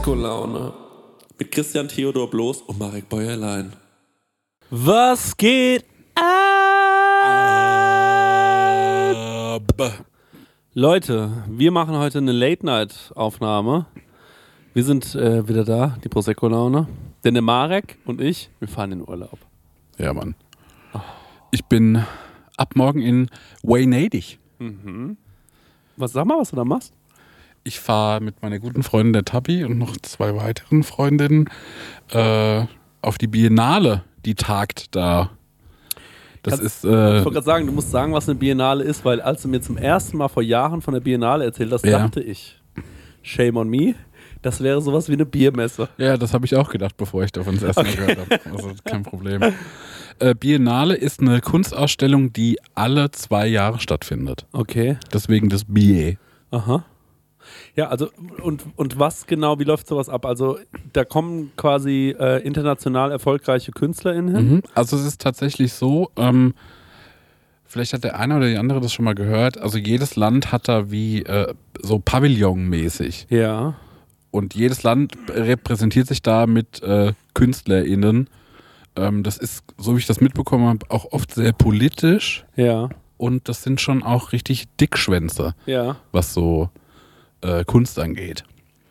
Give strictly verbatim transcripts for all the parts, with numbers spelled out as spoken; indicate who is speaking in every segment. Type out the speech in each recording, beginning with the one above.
Speaker 1: Prosecco-Laune mit Christian Theodor Bloß und Marek Bäuerlein.
Speaker 2: Was geht ab? Leute, wir machen heute eine Late-Night-Aufnahme. Wir sind äh, wieder da, die Prosecco-Laune. Denn der Marek und ich, wir fahren in den Urlaub.
Speaker 3: Ja, Mann. Oh. Ich bin ab morgen in Venedig.
Speaker 2: Mhm. Was, sag mal, was du da machst?
Speaker 3: Ich fahre mit meiner guten Freundin der Tabi und noch zwei weiteren Freundinnen äh, auf die Biennale, die tagt da. Das
Speaker 2: Kannst,
Speaker 3: ist. Äh,
Speaker 2: ich wollte gerade sagen, du musst sagen, was eine Biennale ist, weil als du mir zum ersten Mal vor Jahren von der Biennale erzählt hast,
Speaker 3: ja.
Speaker 2: dachte ich, shame on me, das wäre sowas wie eine Biermesse.
Speaker 3: Ja, das habe ich auch gedacht, bevor ich davon das erste Mal okay. gehört habe. Also kein Problem. Äh, Biennale ist eine Kunstausstellung, die alle zwei Jahre stattfindet.
Speaker 2: Okay.
Speaker 3: Deswegen das Bier.
Speaker 2: Aha. Ja, also und, und was genau, wie läuft sowas ab? Also da kommen quasi äh, international erfolgreiche KünstlerInnen hin?
Speaker 3: Mhm. Also es ist tatsächlich so, ähm, vielleicht hat der eine oder die andere das schon mal gehört, also jedes Land hat da wie äh, so Pavillon-mäßig.
Speaker 2: Ja.
Speaker 3: Und jedes Land repräsentiert sich da mit äh, KünstlerInnen. Ähm, das ist, so wie ich das mitbekommen habe, auch oft sehr politisch.
Speaker 2: Ja.
Speaker 3: Und das sind schon auch richtig Dickschwänze,
Speaker 2: ja.
Speaker 3: was so äh, Kunst angeht.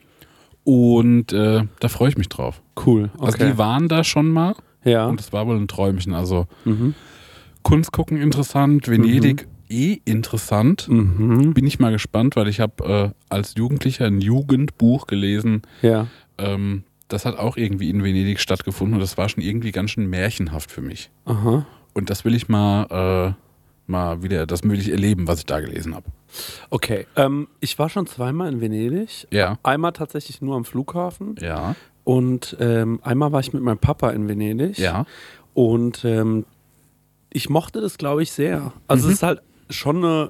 Speaker 3: Und äh, da freue ich mich drauf.
Speaker 2: Cool. Okay.
Speaker 3: Also die waren da schon mal.
Speaker 2: Ja.
Speaker 3: Und es war wohl ein Träumchen. Also
Speaker 2: mhm.
Speaker 3: Kunst gucken interessant, Venedig
Speaker 2: mhm.
Speaker 3: eh interessant.
Speaker 2: Mhm.
Speaker 3: Bin ich mal gespannt, weil ich habe äh, als Jugendlicher ein Jugendbuch gelesen.
Speaker 2: Ja.
Speaker 3: Ähm, das hat auch irgendwie in Venedig stattgefunden und das war schon irgendwie ganz schön märchenhaft für mich.
Speaker 2: Aha.
Speaker 3: Und das will ich mal, äh, mal wieder, das will ich erleben, was ich da gelesen habe.
Speaker 2: Okay, ähm, ich war schon zweimal in Venedig.
Speaker 3: Ja.
Speaker 2: Einmal tatsächlich nur am Flughafen.
Speaker 3: Ja.
Speaker 2: Und ähm, einmal war ich mit meinem Papa in Venedig.
Speaker 3: Ja.
Speaker 2: Und ähm, ich mochte das, glaube ich, sehr. Also
Speaker 3: mhm.
Speaker 2: es ist halt schon eine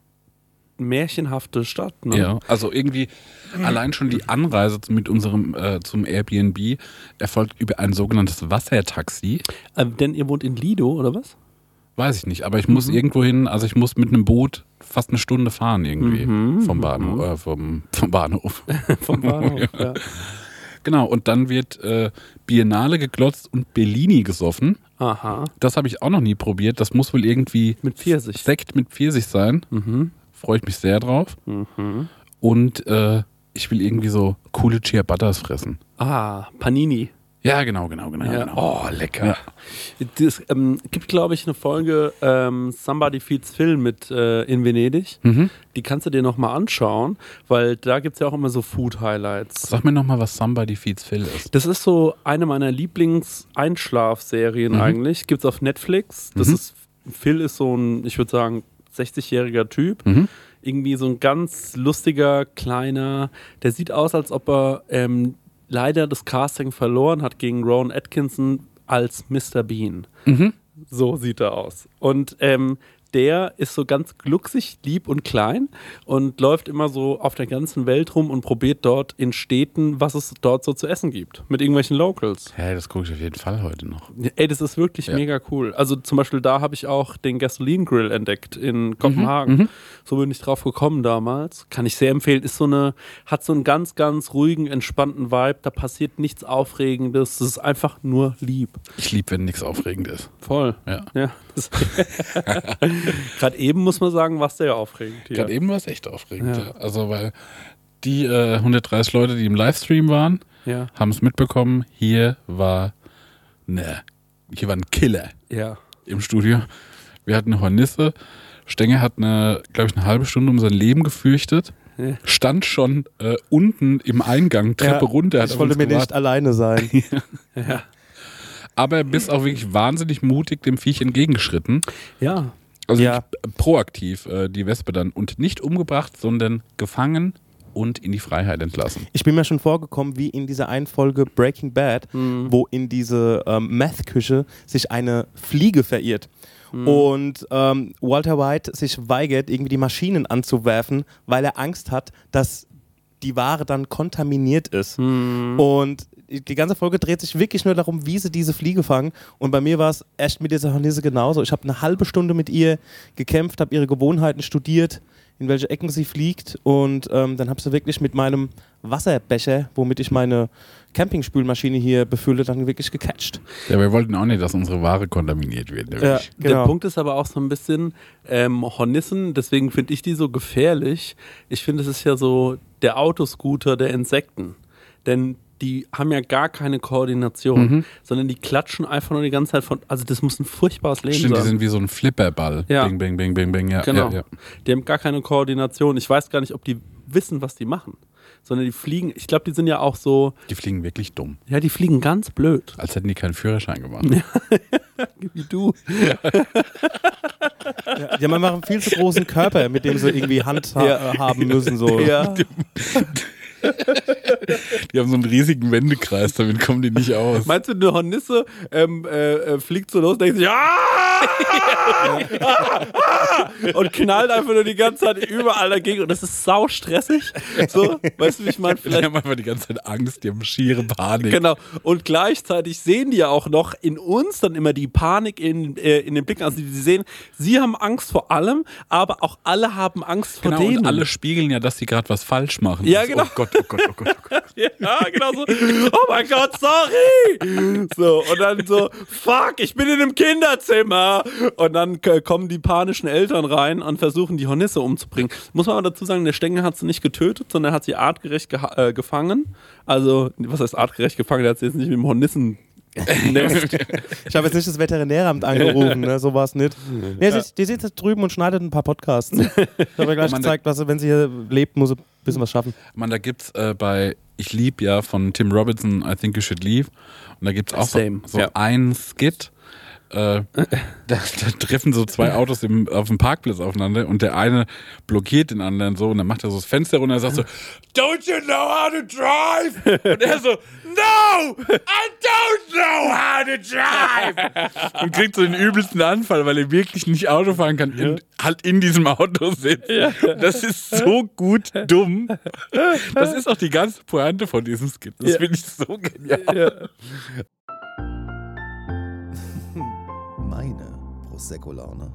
Speaker 2: märchenhafte Stadt. Ne?
Speaker 3: Ja, also irgendwie allein schon die Anreise mit unserem äh, zum Airbnb erfolgt über ein sogenanntes Wassertaxi.
Speaker 2: Ähm, denn ihr wohnt in Lido, oder was?
Speaker 3: Weiß ich nicht, aber ich muss mhm. irgendwo hin, also ich muss mit einem Boot fast eine Stunde fahren irgendwie
Speaker 2: mhm.
Speaker 3: vom Bahnhof. Äh, vom, vom Bahnhof.
Speaker 2: vom Bahnhof, ja.
Speaker 3: Genau, und dann wird äh, Biennale geglotzt und Bellini gesoffen.
Speaker 2: Aha.
Speaker 3: Das habe ich auch noch nie probiert. Das muss wohl irgendwie
Speaker 2: mit Pfirsich.
Speaker 3: Sekt mit Pfirsich sein.
Speaker 2: Mhm.
Speaker 3: Freue ich mich sehr drauf.
Speaker 2: Mhm.
Speaker 3: Und äh, ich will irgendwie so coole Ciabattas fressen.
Speaker 2: Ah, Panini.
Speaker 3: Ja, genau, genau, genau.
Speaker 2: Ja.
Speaker 3: genau.
Speaker 2: Oh, lecker. Ja. Es ähm, gibt, glaube ich, eine Folge ähm, Somebody Feeds Phil mit äh, in Venedig.
Speaker 3: Mhm.
Speaker 2: Die kannst du dir nochmal anschauen, weil da gibt es ja auch immer so Food-Highlights.
Speaker 3: Sag mir nochmal, was Somebody Feeds Phil ist.
Speaker 2: Das ist so eine meiner Lieblings-Einschlafserien mhm. eigentlich. Gibt es auf Netflix. Das mhm. ist, Phil ist so ein, ich würde sagen, sechzigjähriger Typ.
Speaker 3: Mhm.
Speaker 2: Irgendwie so ein ganz lustiger, kleiner, der sieht aus, als ob er ähm, leider das Casting verloren hat gegen Rowan Atkinson als Mister Bean.
Speaker 3: Mhm.
Speaker 2: So sieht er aus. Und ähm, der ist so ganz glucksig, lieb und klein und läuft immer so auf der ganzen Welt rum und probiert dort in Städten, was es dort so zu essen gibt. Mit irgendwelchen Locals.
Speaker 3: Ja, hey, das gucke ich auf jeden Fall heute noch.
Speaker 2: Ey, das ist wirklich ja. mega cool. Also zum Beispiel da habe ich auch den Gasoline Grill entdeckt in Kopenhagen.
Speaker 3: Mhm.
Speaker 2: So bin ich drauf gekommen damals. Kann ich sehr empfehlen. Ist so eine, hat so einen ganz, ganz ruhigen, entspannten Vibe. Da passiert nichts Aufregendes. Das ist einfach nur lieb.
Speaker 3: Ich liebe, wenn nichts aufregend ist.
Speaker 2: Voll.
Speaker 3: Ja.
Speaker 2: ja Gerade eben muss man sagen, war es sehr aufregend.
Speaker 3: Gerade eben war es echt aufregend. Ja. Ja. Also weil die äh, hundertdreißig Leute, die im Livestream waren,
Speaker 2: ja.
Speaker 3: haben es mitbekommen. Hier war ne, hier war ein Killer
Speaker 2: ja.
Speaker 3: im Studio. Wir hatten eine Hornisse. Stenger hat eine, glaube ich, eine halbe Stunde um sein Leben gefürchtet. Ja. Stand schon äh, unten im Eingang, Treppe
Speaker 4: ja,
Speaker 3: runter. Hat
Speaker 4: ich wollte mir nicht alleine sein.
Speaker 3: ja. Aber bist auch wirklich wahnsinnig mutig dem Viech entgegengeschritten.
Speaker 2: Ja.
Speaker 3: Also
Speaker 4: ja.
Speaker 3: proaktiv äh, die Wespe dann und nicht umgebracht, sondern gefangen und in die Freiheit entlassen.
Speaker 4: Ich bin mir schon vorgekommen, wie in dieser einen Folge Breaking Bad, mhm. wo in diese ähm, Meth-Küche sich eine Fliege verirrt. Mhm. Und ähm, Walter White sich weigert, irgendwie die Maschinen anzuwerfen, weil er Angst hat, dass die Ware dann kontaminiert ist. Mhm. Und die ganze Folge dreht sich wirklich nur darum, wie sie diese Fliege fangen. Und bei mir war es echt mit dieser Hornisse genauso. Ich habe eine halbe Stunde mit ihr gekämpft, habe ihre Gewohnheiten studiert, in welche Ecken sie fliegt. Und ähm, dann habe ich sie wirklich mit meinem Wasserbecher, womit ich meine Campingspülmaschine hier befülle, dann wirklich gecatcht.
Speaker 3: Ja, wir wollten auch nicht, dass unsere Ware kontaminiert wird.
Speaker 4: Ja, genau.
Speaker 2: Der Punkt ist aber auch so ein bisschen ähm, Hornissen, deswegen finde ich die so gefährlich. Ich finde, es ist ja so der Autoscooter der Insekten. Denn die haben ja gar keine Koordination,
Speaker 3: Mhm.
Speaker 2: sondern die klatschen einfach nur die ganze Zeit von, also das muss ein furchtbares Leben
Speaker 3: Stimmt, die
Speaker 2: sein.
Speaker 3: sind wie so ein Flipperball.
Speaker 2: Ja.
Speaker 3: Bing, bing, bing, bing, bing. Ja,
Speaker 2: Genau.
Speaker 3: ja, ja.
Speaker 2: Die haben gar keine Koordination. Ich weiß gar nicht, ob die wissen, was die machen. Sondern die fliegen, ich glaube, die sind ja auch so,
Speaker 3: Die fliegen wirklich dumm.
Speaker 2: ja, die fliegen ganz blöd.
Speaker 3: Als hätten die keinen Führerschein gemacht.
Speaker 2: Wie du.
Speaker 4: Ja, die haben einfach einen viel zu großen Körper, mit dem sie irgendwie Hand ha-
Speaker 2: Ja.
Speaker 4: haben müssen. So.
Speaker 2: Ja.
Speaker 3: Die haben so einen riesigen Wendekreis, damit kommen die nicht aus.
Speaker 2: Meinst du, eine Hornisse ähm, äh, äh, fliegt so los und denkt sich, ah! und knallt einfach nur die ganze Zeit überall dagegen und das ist sau stressig. So, weißt du, wie ich meine?
Speaker 3: Die
Speaker 2: Vielleicht.
Speaker 3: haben einfach die ganze Zeit Angst, die haben schiere Panik.
Speaker 2: Genau. Und gleichzeitig sehen die ja auch noch in uns dann immer die Panik in, äh, in den Blicken. Also die, die sehen, sie haben Angst vor allem, aber auch alle haben Angst vor
Speaker 3: Genau,
Speaker 2: denen.
Speaker 3: und alle spiegeln ja, dass sie gerade was falsch machen.
Speaker 2: Ja,
Speaker 3: Das-
Speaker 2: genau.
Speaker 3: Oh Gott, oh Gott, oh Gott, oh Gott.
Speaker 2: Ja, genau so. Oh mein Gott, sorry! So, und dann so, fuck, ich bin in einem Kinderzimmer. Und dann k- kommen die panischen Eltern rein und versuchen, die Hornisse umzubringen. Muss man aber dazu sagen, der Stenger hat sie nicht getötet, sondern er hat sie artgerecht geha- äh, gefangen. Also, was heißt artgerecht gefangen? Der hat sie jetzt nicht mit dem Hornissen.
Speaker 4: Ich habe jetzt nicht das Veterinäramt angerufen, ne? So war es nicht. Nee, sie, die sitzt jetzt drüben und schneidet ein paar Podcasts. Ich habe ja gleich
Speaker 3: Man,
Speaker 4: gezeigt, was sie, wenn sie hier lebt, muss sie ein bisschen was schaffen.
Speaker 3: Man, da gibt's äh, bei Ich lieb ja von Tim Robinson, I Think You Should Leave. Und da gibt's auch so,
Speaker 2: Same,
Speaker 3: so
Speaker 2: ja.
Speaker 3: einen Skit. Äh, da, da treffen so zwei Autos im, auf dem Parkplatz aufeinander und der eine blockiert den anderen so und dann macht er so das Fenster runter und sagt so, Don't you know how to drive? Und er so, No, I don't know how to drive. Und kriegt so den übelsten Anfall, weil er wirklich nicht Auto fahren kann und halt in diesem Auto sitzt. Das ist so gut dumm. Das ist auch die ganze Pointe von diesem Skit. Das
Speaker 2: Ja.
Speaker 3: finde ich so genial.
Speaker 5: Meine Prosecco-Laune.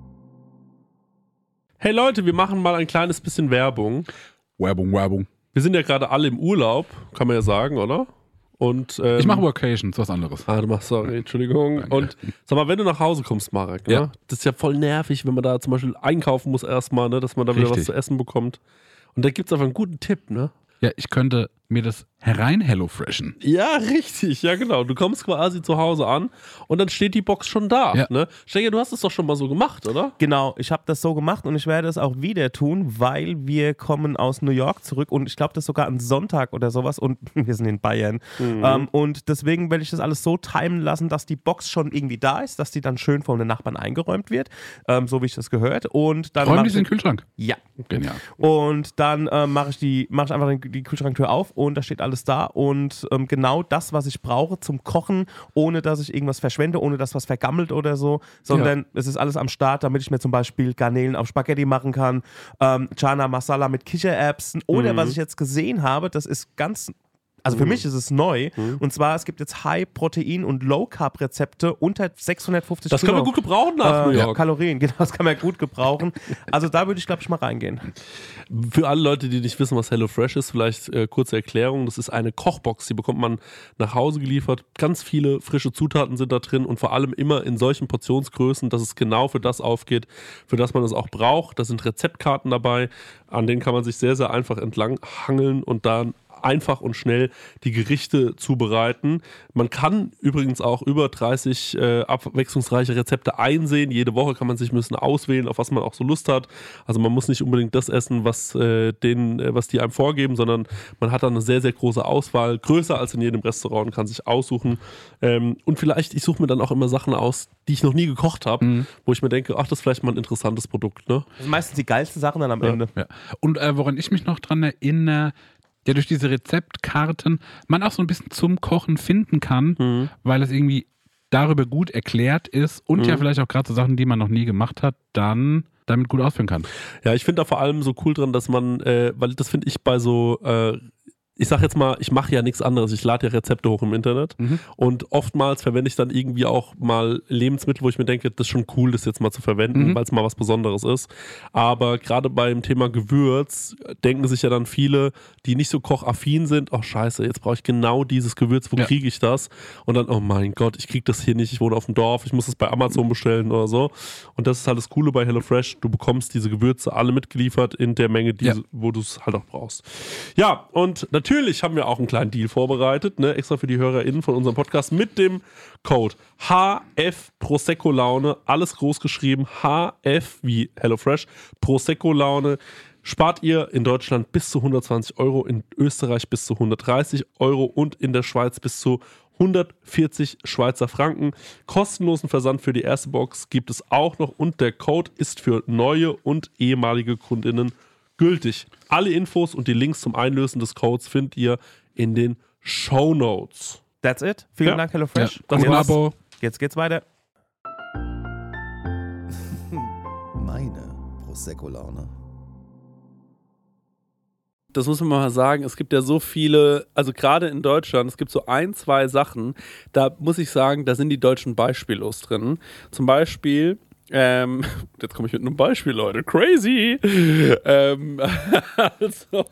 Speaker 1: Hey Leute, wir machen mal ein kleines bisschen Werbung.
Speaker 3: Werbung, Werbung.
Speaker 1: Wir sind ja gerade alle im Urlaub, kann man ja sagen, oder? Und, ähm,
Speaker 3: Ich mache Workations, was anderes.
Speaker 1: Ah, du machst, sorry, Entschuldigung.
Speaker 3: Danke.
Speaker 1: Und sag mal, wenn du nach Hause kommst, Marek, ne?
Speaker 3: Ja.
Speaker 1: Das ist ja voll nervig, wenn man da zum Beispiel einkaufen muss erstmal, ne? Dass man da wieder was
Speaker 3: Richtig.
Speaker 1: zu essen bekommt. Und da gibt es einfach einen guten Tipp, ne?
Speaker 3: Ja, ich könnte mir das herein HelloFreshen.
Speaker 1: Ja, richtig, ja genau. Du kommst quasi zu Hause an und dann steht die Box schon da.
Speaker 3: Ja.
Speaker 1: Ne? Stenger, du hast es doch schon mal so gemacht, oder?
Speaker 4: Genau, ich habe das so gemacht und ich werde es auch wieder tun, weil wir kommen aus New York zurück und ich glaube, das ist sogar ein Sonntag oder sowas und wir sind in Bayern.
Speaker 1: Mhm.
Speaker 4: Ähm, und deswegen werde ich das alles so timen lassen, dass die Box schon irgendwie da ist, dass die dann schön von den Nachbarn eingeräumt wird, ähm, so wie ich das gehört. Und dann
Speaker 3: Räum
Speaker 4: mach
Speaker 3: die
Speaker 4: ich-
Speaker 3: in den Kühlschrank.
Speaker 4: Ja.
Speaker 3: Genial.
Speaker 4: Und dann ähm, mache ich, die, mach ich einfach den, die Kühlschranktür auf und da steht alles da und ähm, genau das, was ich brauche zum Kochen, ohne dass ich irgendwas verschwende, ohne dass was vergammelt oder so, sondern es ist alles am Start, damit ich mir zum Beispiel Garnelen auf Spaghetti machen kann, ähm, Chana Masala mit Kichererbsen oder was ich jetzt gesehen habe, das ist ganz... Also für mich ist es neu. Und zwar, es gibt jetzt High-Protein- und Low-Carb-Rezepte unter sechshundertfufzig
Speaker 1: Das können wir gut gebrauchen nach New
Speaker 4: äh,
Speaker 1: York.
Speaker 4: Kalorien. Genau, das kann man gut gebrauchen. Also da würde ich, glaube ich, mal reingehen.
Speaker 1: Für alle Leute, die nicht wissen, was HelloFresh ist, vielleicht äh, kurze Erklärung. Das ist eine Kochbox, die bekommt man nach Hause geliefert. Ganz viele frische Zutaten sind da drin und vor allem immer in solchen Portionsgrößen, dass es genau für das aufgeht, für das man es auch braucht. Da sind Rezeptkarten dabei, an denen kann man sich sehr, sehr einfach entlang hangeln und dann einfach und schnell die Gerichte zubereiten. Man kann übrigens auch über dreißig äh, abwechslungsreiche Rezepte einsehen. Jede Woche kann man sich ein bisschen auswählen, auf was man auch so Lust hat. Also man muss nicht unbedingt das essen, was, äh, denen, äh, was die einem vorgeben, sondern man hat dann eine sehr, sehr große Auswahl, größer als in jedem Restaurant und kann sich aussuchen. Ähm, und vielleicht, ich suche mir dann auch immer Sachen aus, die ich noch nie gekocht habe,
Speaker 3: Mhm.
Speaker 1: wo ich mir denke, ach, das ist vielleicht mal ein interessantes Produkt. Ne?
Speaker 4: Das sind meistens die geilsten Sachen dann am
Speaker 1: Ja.
Speaker 4: Ende.
Speaker 3: Ja. Und äh, woran ich mich noch dran erinnere, ja, durch diese Rezeptkarten man auch so ein bisschen zum Kochen finden kann,
Speaker 1: Mhm.
Speaker 3: weil es irgendwie darüber gut erklärt ist und ja vielleicht auch gerade so Sachen, die man noch nie gemacht hat, dann damit gut ausführen kann.
Speaker 1: Ja, ich finde da vor allem so cool dran, dass man, äh, weil das finde ich bei so, äh, ich sag jetzt mal, ich mache ja nichts anderes. Ich lade ja Rezepte hoch im Internet
Speaker 3: Mhm.
Speaker 1: und oftmals verwende ich dann irgendwie auch mal Lebensmittel, wo ich mir denke, das ist schon cool, das jetzt mal zu verwenden,
Speaker 3: Mhm.
Speaker 1: weil es mal was Besonderes ist. Aber gerade beim Thema Gewürz denken sich ja dann viele, die nicht so kochaffin sind, oh scheiße, jetzt brauche ich genau dieses Gewürz, wo
Speaker 3: Ja.
Speaker 1: kriege ich das? Und dann, oh mein Gott, ich kriege das hier nicht, ich wohne auf dem Dorf, ich muss es bei Amazon bestellen oder so. Und das ist halt das Coole bei HelloFresh, du bekommst diese Gewürze alle mitgeliefert in der Menge, die,
Speaker 3: Ja.
Speaker 1: wo du es halt auch brauchst. Ja, und natürlich haben wir auch einen kleinen Deal vorbereitet, ne, extra für die HörerInnen von unserem Podcast mit dem Code H F Prosecco Laune, alles groß geschrieben, H F wie HelloFresh, Prosecco Laune. Spart ihr in Deutschland bis zu hundertzwanzig Euro, in Österreich bis zu hundertdreißig Euro und in der Schweiz bis zu hundertvierzig Schweizer Franken. Kostenlosen Versand für die erste Box gibt es auch noch und der Code ist für neue und ehemalige KundInnen gültig. Alle Infos und die Links zum Einlösen des Codes findet ihr in den Shownotes.
Speaker 4: That's it. Vielen
Speaker 1: Ja.
Speaker 4: Dank, HelloFresh.
Speaker 3: Ja.
Speaker 1: Das
Speaker 4: Und
Speaker 3: Und
Speaker 1: war's.
Speaker 3: Abo.
Speaker 4: Jetzt geht's weiter.
Speaker 5: Meine Prosecco-Laune.
Speaker 2: Das muss man mal sagen, es gibt ja so viele, also gerade in Deutschland, es gibt so ein, zwei Sachen, da muss ich sagen, da sind die Deutschen beispiellos drin. Zum Beispiel, ähm, jetzt komme ich mit einem Beispiel, Leute, crazy. ähm, also,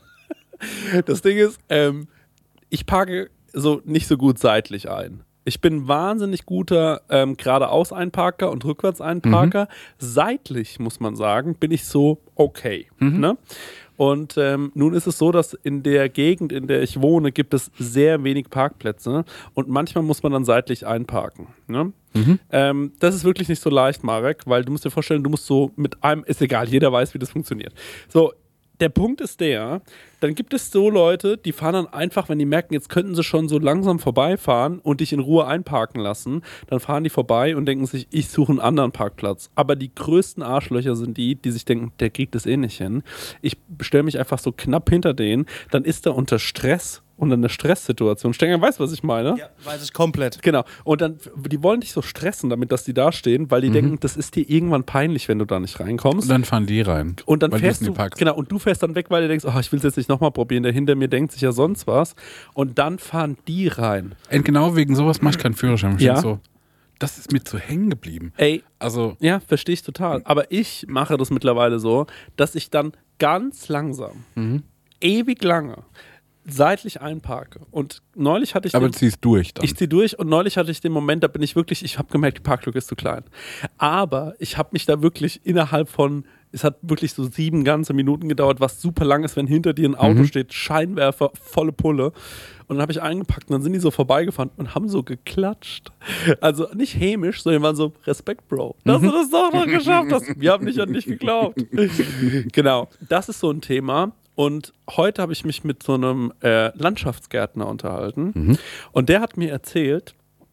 Speaker 2: das Ding ist, ähm, ich parke so nicht so gut seitlich ein. Ich bin ein wahnsinnig guter ähm, geradeaus Einparker und rückwärts Einparker. Seitlich, muss man sagen, bin ich so okay. Ne? Und ähm, nun ist es so, dass in der Gegend, in der ich wohne, gibt es sehr wenig Parkplätze und manchmal muss man dann seitlich einparken. Ne? Ähm, das ist wirklich nicht so leicht, Marek, weil du musst dir vorstellen, du musst so mit einem, ist egal, jeder weiß, wie das funktioniert. So, der Punkt ist der, dann gibt es so Leute, die fahren dann einfach, wenn die merken, jetzt könnten sie schon so langsam vorbeifahren und dich in Ruhe einparken lassen, dann fahren die vorbei und denken sich, ich suche einen anderen Parkplatz. Aber die größten Arschlöcher sind die, die sich denken, der kriegt das eh nicht hin. Ich stelle mich einfach so knapp hinter denen, dann ist er unter Stress und in einer Stresssituation. Stenger weiß, was ich meine.
Speaker 4: Ja, weiß ich komplett.
Speaker 2: Genau. Und dann, die wollen dich so stressen, damit, dass die da stehen, weil die denken, das ist dir irgendwann peinlich, wenn du da nicht reinkommst.
Speaker 3: Und dann fahren die rein.
Speaker 2: Und dann
Speaker 3: weil
Speaker 2: fährst
Speaker 3: die
Speaker 2: du,
Speaker 3: nie packst.
Speaker 2: genau, und du fährst dann weg, weil du denkst, oh, ich will es jetzt nicht nochmal probieren, der hinter mir denkt sich ja sonst was. Und dann fahren die rein.
Speaker 3: Und genau wegen sowas mache ich keinen Führerschein. Ich
Speaker 2: Ja.
Speaker 3: denk so, das ist mir zu hängen geblieben.
Speaker 2: Ey,
Speaker 3: Also,
Speaker 2: ja, verstehe ich total. Aber ich mache das mittlerweile so, dass ich dann ganz langsam, ewig lange, seitlich einparke. Und neulich hatte ich
Speaker 3: aber
Speaker 2: den,
Speaker 3: ziehst durch dann.
Speaker 2: ich ziehe durch und neulich hatte ich den Moment, da bin ich wirklich, ich habe gemerkt, die Parklücke ist zu klein. Aber ich habe mich da wirklich innerhalb von, es hat wirklich so sieben ganze Minuten gedauert, was super lang ist, wenn hinter dir ein Auto steht, Scheinwerfer, volle Pulle. Und dann habe ich eingepackt und dann sind die so vorbeigefahren und haben so geklatscht. Also nicht hämisch, sondern waren so, Respekt, Bro, dass du das doch noch geschafft hast. Wir haben nicht an dich geglaubt. Genau, das ist so ein Thema. Und heute habe ich mich mit so einem äh, Landschaftsgärtner unterhalten. Und der hat mir erzählt,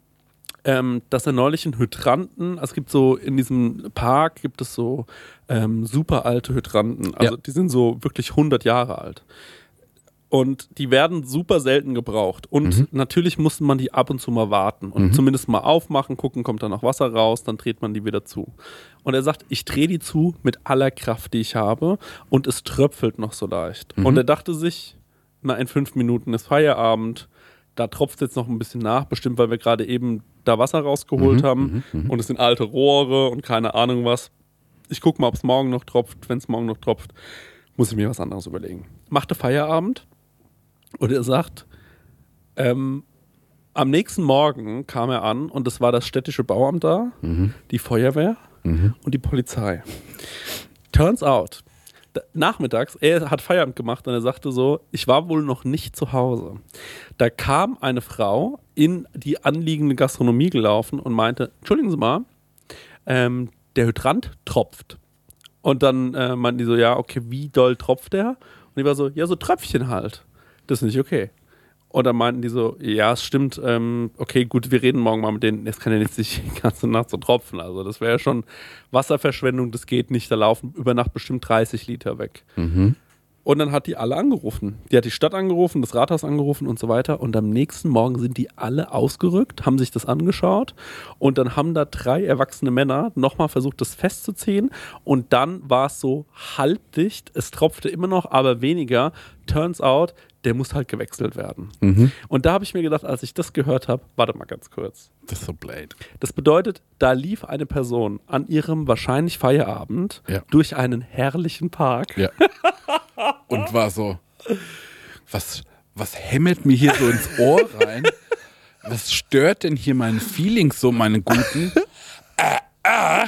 Speaker 2: ähm, dass er neulich einen Hydranten, also es gibt so in diesem Park gibt es so ähm, super alte Hydranten. Also
Speaker 3: Ja.
Speaker 2: die sind so wirklich hundert Jahre alt. Und die werden super selten gebraucht. Und natürlich muss man die ab und zu mal warten und zumindest mal aufmachen, gucken, kommt da noch Wasser raus, dann dreht man die wieder zu. Und er sagt, ich drehe die zu mit aller Kraft, die ich habe und es tröpfelt noch so leicht. Und er dachte sich, na, in fünf Minuten ist Feierabend, da tropft es jetzt noch ein bisschen nach, bestimmt, weil wir gerade eben da Wasser rausgeholt haben und es sind alte Rohre und keine Ahnung was. Ich gucke mal, ob es morgen noch tropft. Wenn es morgen noch tropft, muss ich mir was anderes überlegen. Machte Feierabend. Und er sagt, ähm, am nächsten Morgen kam er an und es war das städtische Bauamt da, die Feuerwehr und die Polizei. Turns out, da, nachmittags, er hat Feierabend gemacht und er sagte so, ich war wohl noch nicht zu Hause. Da kam eine Frau in die anliegende Gastronomie gelaufen und meinte, entschuldigen Sie mal, ähm, der Hydrant tropft. Und dann äh, meinten die so, ja, okay, wie doll tropft der? Und die war so, ja, so Tröpfchen halt. Das ist nicht okay. Und dann meinten die so, ja, es stimmt, ähm, okay, gut, wir reden morgen mal mit denen. Es kann ja nicht sich die ganze Nacht so tropfen. Also das wäre ja schon Wasserverschwendung, das geht nicht. Da laufen über Nacht bestimmt dreißig Liter weg. Und dann hat die alle angerufen. Die hat die Stadt angerufen, das Rathaus angerufen und so weiter. Und am nächsten Morgen sind die alle ausgerückt, haben sich das angeschaut. Und dann haben da drei erwachsene Männer nochmal versucht, das festzuziehen. Und dann war es so halbdicht. Es tropfte immer noch, aber weniger. Turns out, der muss halt gewechselt werden.
Speaker 3: Mhm.
Speaker 2: Und da habe ich mir gedacht, als ich das gehört habe, warte mal ganz kurz.
Speaker 3: Das ist so blöd.
Speaker 2: Das bedeutet, da lief eine Person an ihrem wahrscheinlich Feierabend
Speaker 3: Ja.
Speaker 2: durch einen herrlichen Park.
Speaker 3: Ja. Und war so, was, was hämmert mir hier so ins Ohr rein? Was stört denn hier meine Feelings so, meine guten? Äh, äh.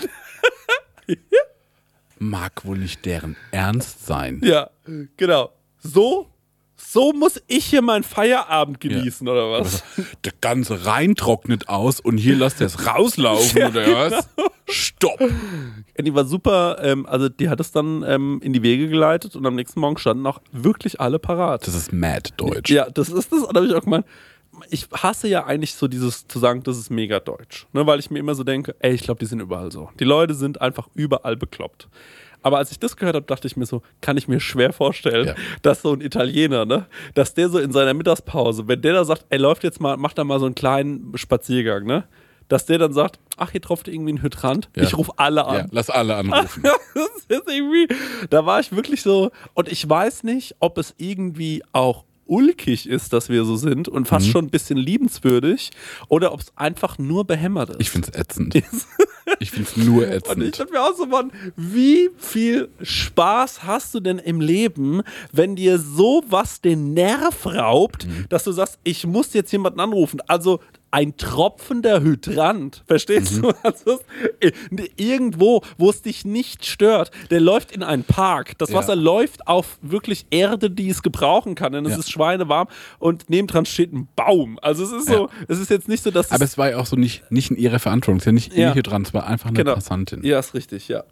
Speaker 3: Mag wohl nicht deren Ernst sein.
Speaker 2: Ja, genau. So, so muss ich hier meinen Feierabend genießen, oder was?
Speaker 3: Der ganze Rhein trocknet aus und hier lasst ihr es rauslaufen, oder was? Stopp!
Speaker 2: Die war super, ähm, also die hat es dann ähm, in die Wege geleitet und am nächsten Morgen standen auch wirklich alle parat.
Speaker 3: Das ist mad deutsch.
Speaker 2: Ja, das ist das, und da habe ich auch gemeint, ich hasse ja eigentlich so dieses zu sagen, das ist mega deutsch, ne, weil ich mir immer so denke, ey, ich glaube, die sind überall so. Die Leute sind einfach überall bekloppt. Aber als ich das gehört habe, dachte ich mir so, kann ich mir schwer vorstellen,
Speaker 3: Ja.
Speaker 2: dass so ein Italiener, ne, dass der so in seiner Mittagspause, wenn der da sagt, ey, läuft jetzt mal, macht da mal so einen kleinen Spaziergang, ne, dass der dann sagt, ach, hier tropft irgendwie ein Hydrant,
Speaker 3: Ja.
Speaker 2: ich rufe alle an.
Speaker 3: Ja, lass alle anrufen.
Speaker 2: Das ist irgendwie, da war ich wirklich so, und ich weiß nicht, ob es irgendwie auch ulkig ist, dass wir so sind und fast
Speaker 3: Mhm.
Speaker 2: schon ein bisschen liebenswürdig oder ob es einfach nur behämmert ist.
Speaker 3: Ich find's ätzend. Ich find's nur
Speaker 2: Und ich
Speaker 3: ätzend.
Speaker 2: dachte mir auch so, Mann, wie viel Spaß hast du denn im Leben, wenn dir sowas den Nerv raubt,
Speaker 3: Mhm.
Speaker 2: dass du sagst, ich muss jetzt jemanden anrufen. Also ein tropfender Hydrant, verstehst
Speaker 3: Mhm.
Speaker 2: du? Also es- irgendwo, wo es dich nicht stört, der läuft in einen Park. Das
Speaker 3: Ja.
Speaker 2: Wasser läuft auf wirklich Erde, die es gebrauchen kann, denn es
Speaker 3: Ja.
Speaker 2: ist schweinewarm und nebendran steht ein Baum. Also es ist so, es ist jetzt nicht so, dass
Speaker 3: Aber
Speaker 2: es
Speaker 3: es war ja auch so nicht, nicht in ihrer Verantwortung. Es ist ja nicht
Speaker 2: Ja.
Speaker 3: ihr hier dran, es war einfach eine
Speaker 2: Genau.
Speaker 3: Passantin.
Speaker 2: Ja, ist richtig, ja.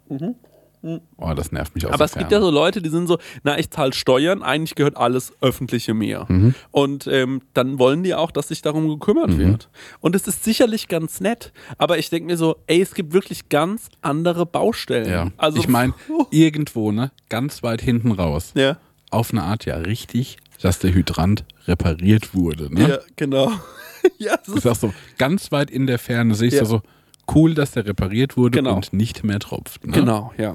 Speaker 3: Oh, das nervt mich auch
Speaker 2: Aber
Speaker 3: so
Speaker 2: es gibt ja so Leute, die sind so, na, ich zahle Steuern, eigentlich gehört alles Öffentliche mir.
Speaker 3: Mhm.
Speaker 2: Und ähm, dann wollen die auch, dass sich darum gekümmert wird. Und es ist sicherlich ganz nett, aber ich denke mir so, ey, es gibt wirklich ganz andere Baustellen.
Speaker 3: Ja.
Speaker 2: Also,
Speaker 3: Ich meine, irgendwo, ne, ganz weit hinten raus,
Speaker 2: ja,
Speaker 3: auf eine Art ja richtig, dass der Hydrant repariert wurde. Ne?
Speaker 2: ja, genau. ja, das
Speaker 3: Ich
Speaker 2: ist,
Speaker 3: sag so, ganz weit in der Ferne sehe ich
Speaker 2: Ja.
Speaker 3: so, cool, dass der repariert wurde
Speaker 2: Genau.
Speaker 3: und nicht mehr tropft. Ne?
Speaker 2: genau, ja.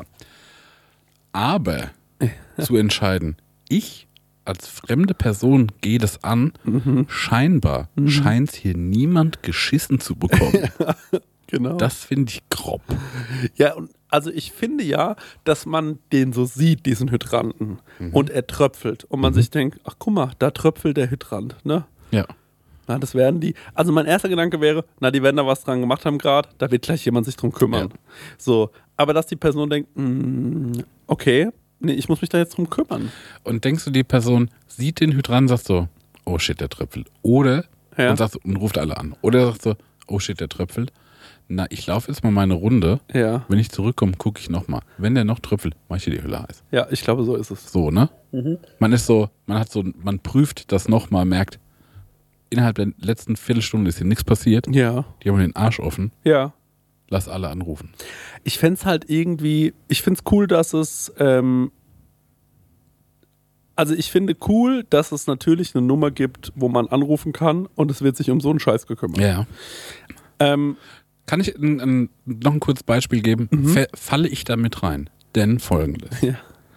Speaker 3: Aber zu entscheiden, ich als fremde Person gehe das an,
Speaker 2: Mhm.
Speaker 3: scheinbar scheint hier niemand geschissen zu bekommen.
Speaker 2: Genau.
Speaker 3: Das finde ich grob.
Speaker 2: Ja, und also ich finde ja, dass man den so sieht, diesen Hydranten, und er tröpfelt. Und man sich denkt, ach guck mal, da tröpfelt der Hydrant, ne?
Speaker 3: Ja.
Speaker 2: Na, das werden die. Also mein erster Gedanke wäre, na, die werden da was dran gemacht haben gerade, da wird gleich jemand sich drum kümmern.
Speaker 3: Ja.
Speaker 2: So, aber dass die Person denkt, mm, okay, nee, ich muss mich da jetzt drum kümmern.
Speaker 3: Und denkst du, die Person sieht den Hydrant und sagt so, oh shit, der tröpfelt. Oder,
Speaker 2: Ja.
Speaker 3: und, sagt so, und ruft alle an. Oder sagt so, oh shit, der tröpfelt. Na, ich laufe jetzt mal meine Runde.
Speaker 2: Ja,
Speaker 3: Wenn ich zurückkomme, gucke ich nochmal. Wenn der noch tröpfelt, mache ich dir die Hülle heiß.
Speaker 2: ja, ich glaube, so ist es.
Speaker 3: So, ne? Man ist so, man hat so, man prüft das nochmal, merkt, innerhalb der letzten Viertelstunde ist hier nichts passiert.
Speaker 2: Ja,
Speaker 3: Die haben den Arsch offen.
Speaker 2: ja.
Speaker 3: Lass alle anrufen.
Speaker 2: Ich fände es halt irgendwie, ich finde es cool, dass es, ähm, also ich finde cool, dass es natürlich eine Nummer gibt, wo man anrufen kann und es wird sich um so einen Scheiß gekümmert.
Speaker 3: Ja.
Speaker 2: Ähm,
Speaker 3: Kann ich ein, ein, noch ein kurzes Beispiel geben? Fa- Falle ich da mit rein? Denn folgendes.
Speaker 2: ja,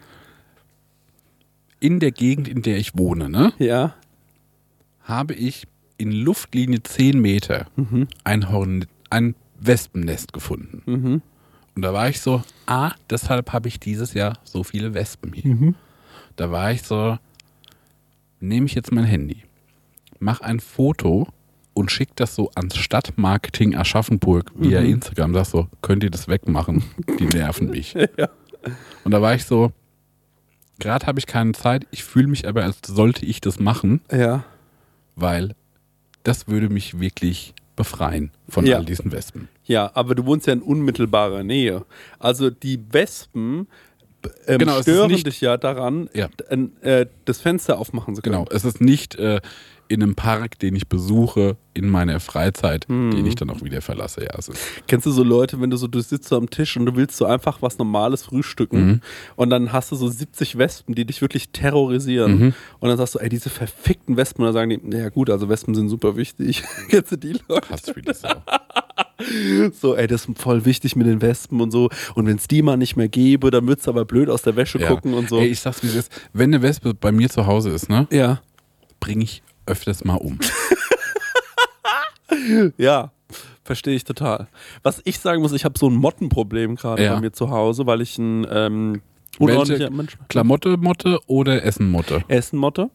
Speaker 3: In der Gegend, in der ich wohne, ne,
Speaker 2: ja,
Speaker 3: habe ich in Luftlinie zehn Meter ein, Horn, ein Wespennest gefunden.
Speaker 2: mhm.
Speaker 3: Und da war ich so, ah, deshalb habe ich dieses Jahr so viele Wespen hier. Da war ich so, nehme ich jetzt mein Handy, mach ein Foto und schick das so ans Stadtmarketing Aschaffenburg via Instagram. Sag so, könnt ihr das wegmachen? Die nerven mich.
Speaker 2: Ja.
Speaker 3: Und da war ich so, gerade habe ich keine Zeit, ich fühle mich aber, als sollte ich das machen,
Speaker 2: ja.
Speaker 3: weil das würde mich wirklich befreien von
Speaker 2: Ja.
Speaker 3: all diesen Wespen.
Speaker 2: Ja, aber du wohnst ja in unmittelbarer Nähe. Also die Wespen ähm,
Speaker 3: Genau, es ist
Speaker 2: stören
Speaker 3: nicht-
Speaker 2: dich ja daran,
Speaker 3: Ja.
Speaker 2: d- äh, das Fenster aufmachen zu können.
Speaker 3: Genau, es ist nicht äh, in einem Park, den ich besuche, in meiner Freizeit, den ich dann auch wieder verlasse. Ja, es ist,
Speaker 2: Kennst du so Leute, wenn du so, du sitzt so am Tisch und du willst so einfach was Normales frühstücken
Speaker 3: Mhm.
Speaker 2: und dann hast du so siebzig Wespen, die dich wirklich terrorisieren
Speaker 3: Mhm.
Speaker 2: und dann sagst du, ey, diese verfickten Wespen, und dann sagen die, naja gut, also Wespen sind super wichtig. Kennst du die Leute?
Speaker 3: Hass wie das auch.
Speaker 2: So, ey, das ist voll wichtig mit den Wespen und so und wenn es die mal nicht mehr gäbe, dann würdest du aber blöd aus der Wäsche
Speaker 3: Ja.
Speaker 2: gucken und so.
Speaker 3: Ey, ich sag's wie es ist, wenn eine Wespe bei mir zu Hause ist, ne,
Speaker 2: ja,
Speaker 3: bringe ich öfters mal um.
Speaker 2: Ja, verstehe ich total. Was ich sagen muss, ich habe so ein Mottenproblem gerade
Speaker 3: Ja.
Speaker 2: bei mir zu Hause, weil ich ein ähm,
Speaker 3: Welche
Speaker 2: unordentlicher Mensch bin.
Speaker 3: Klamotte, Motte oder Essen-Motte?
Speaker 2: Essenmotte.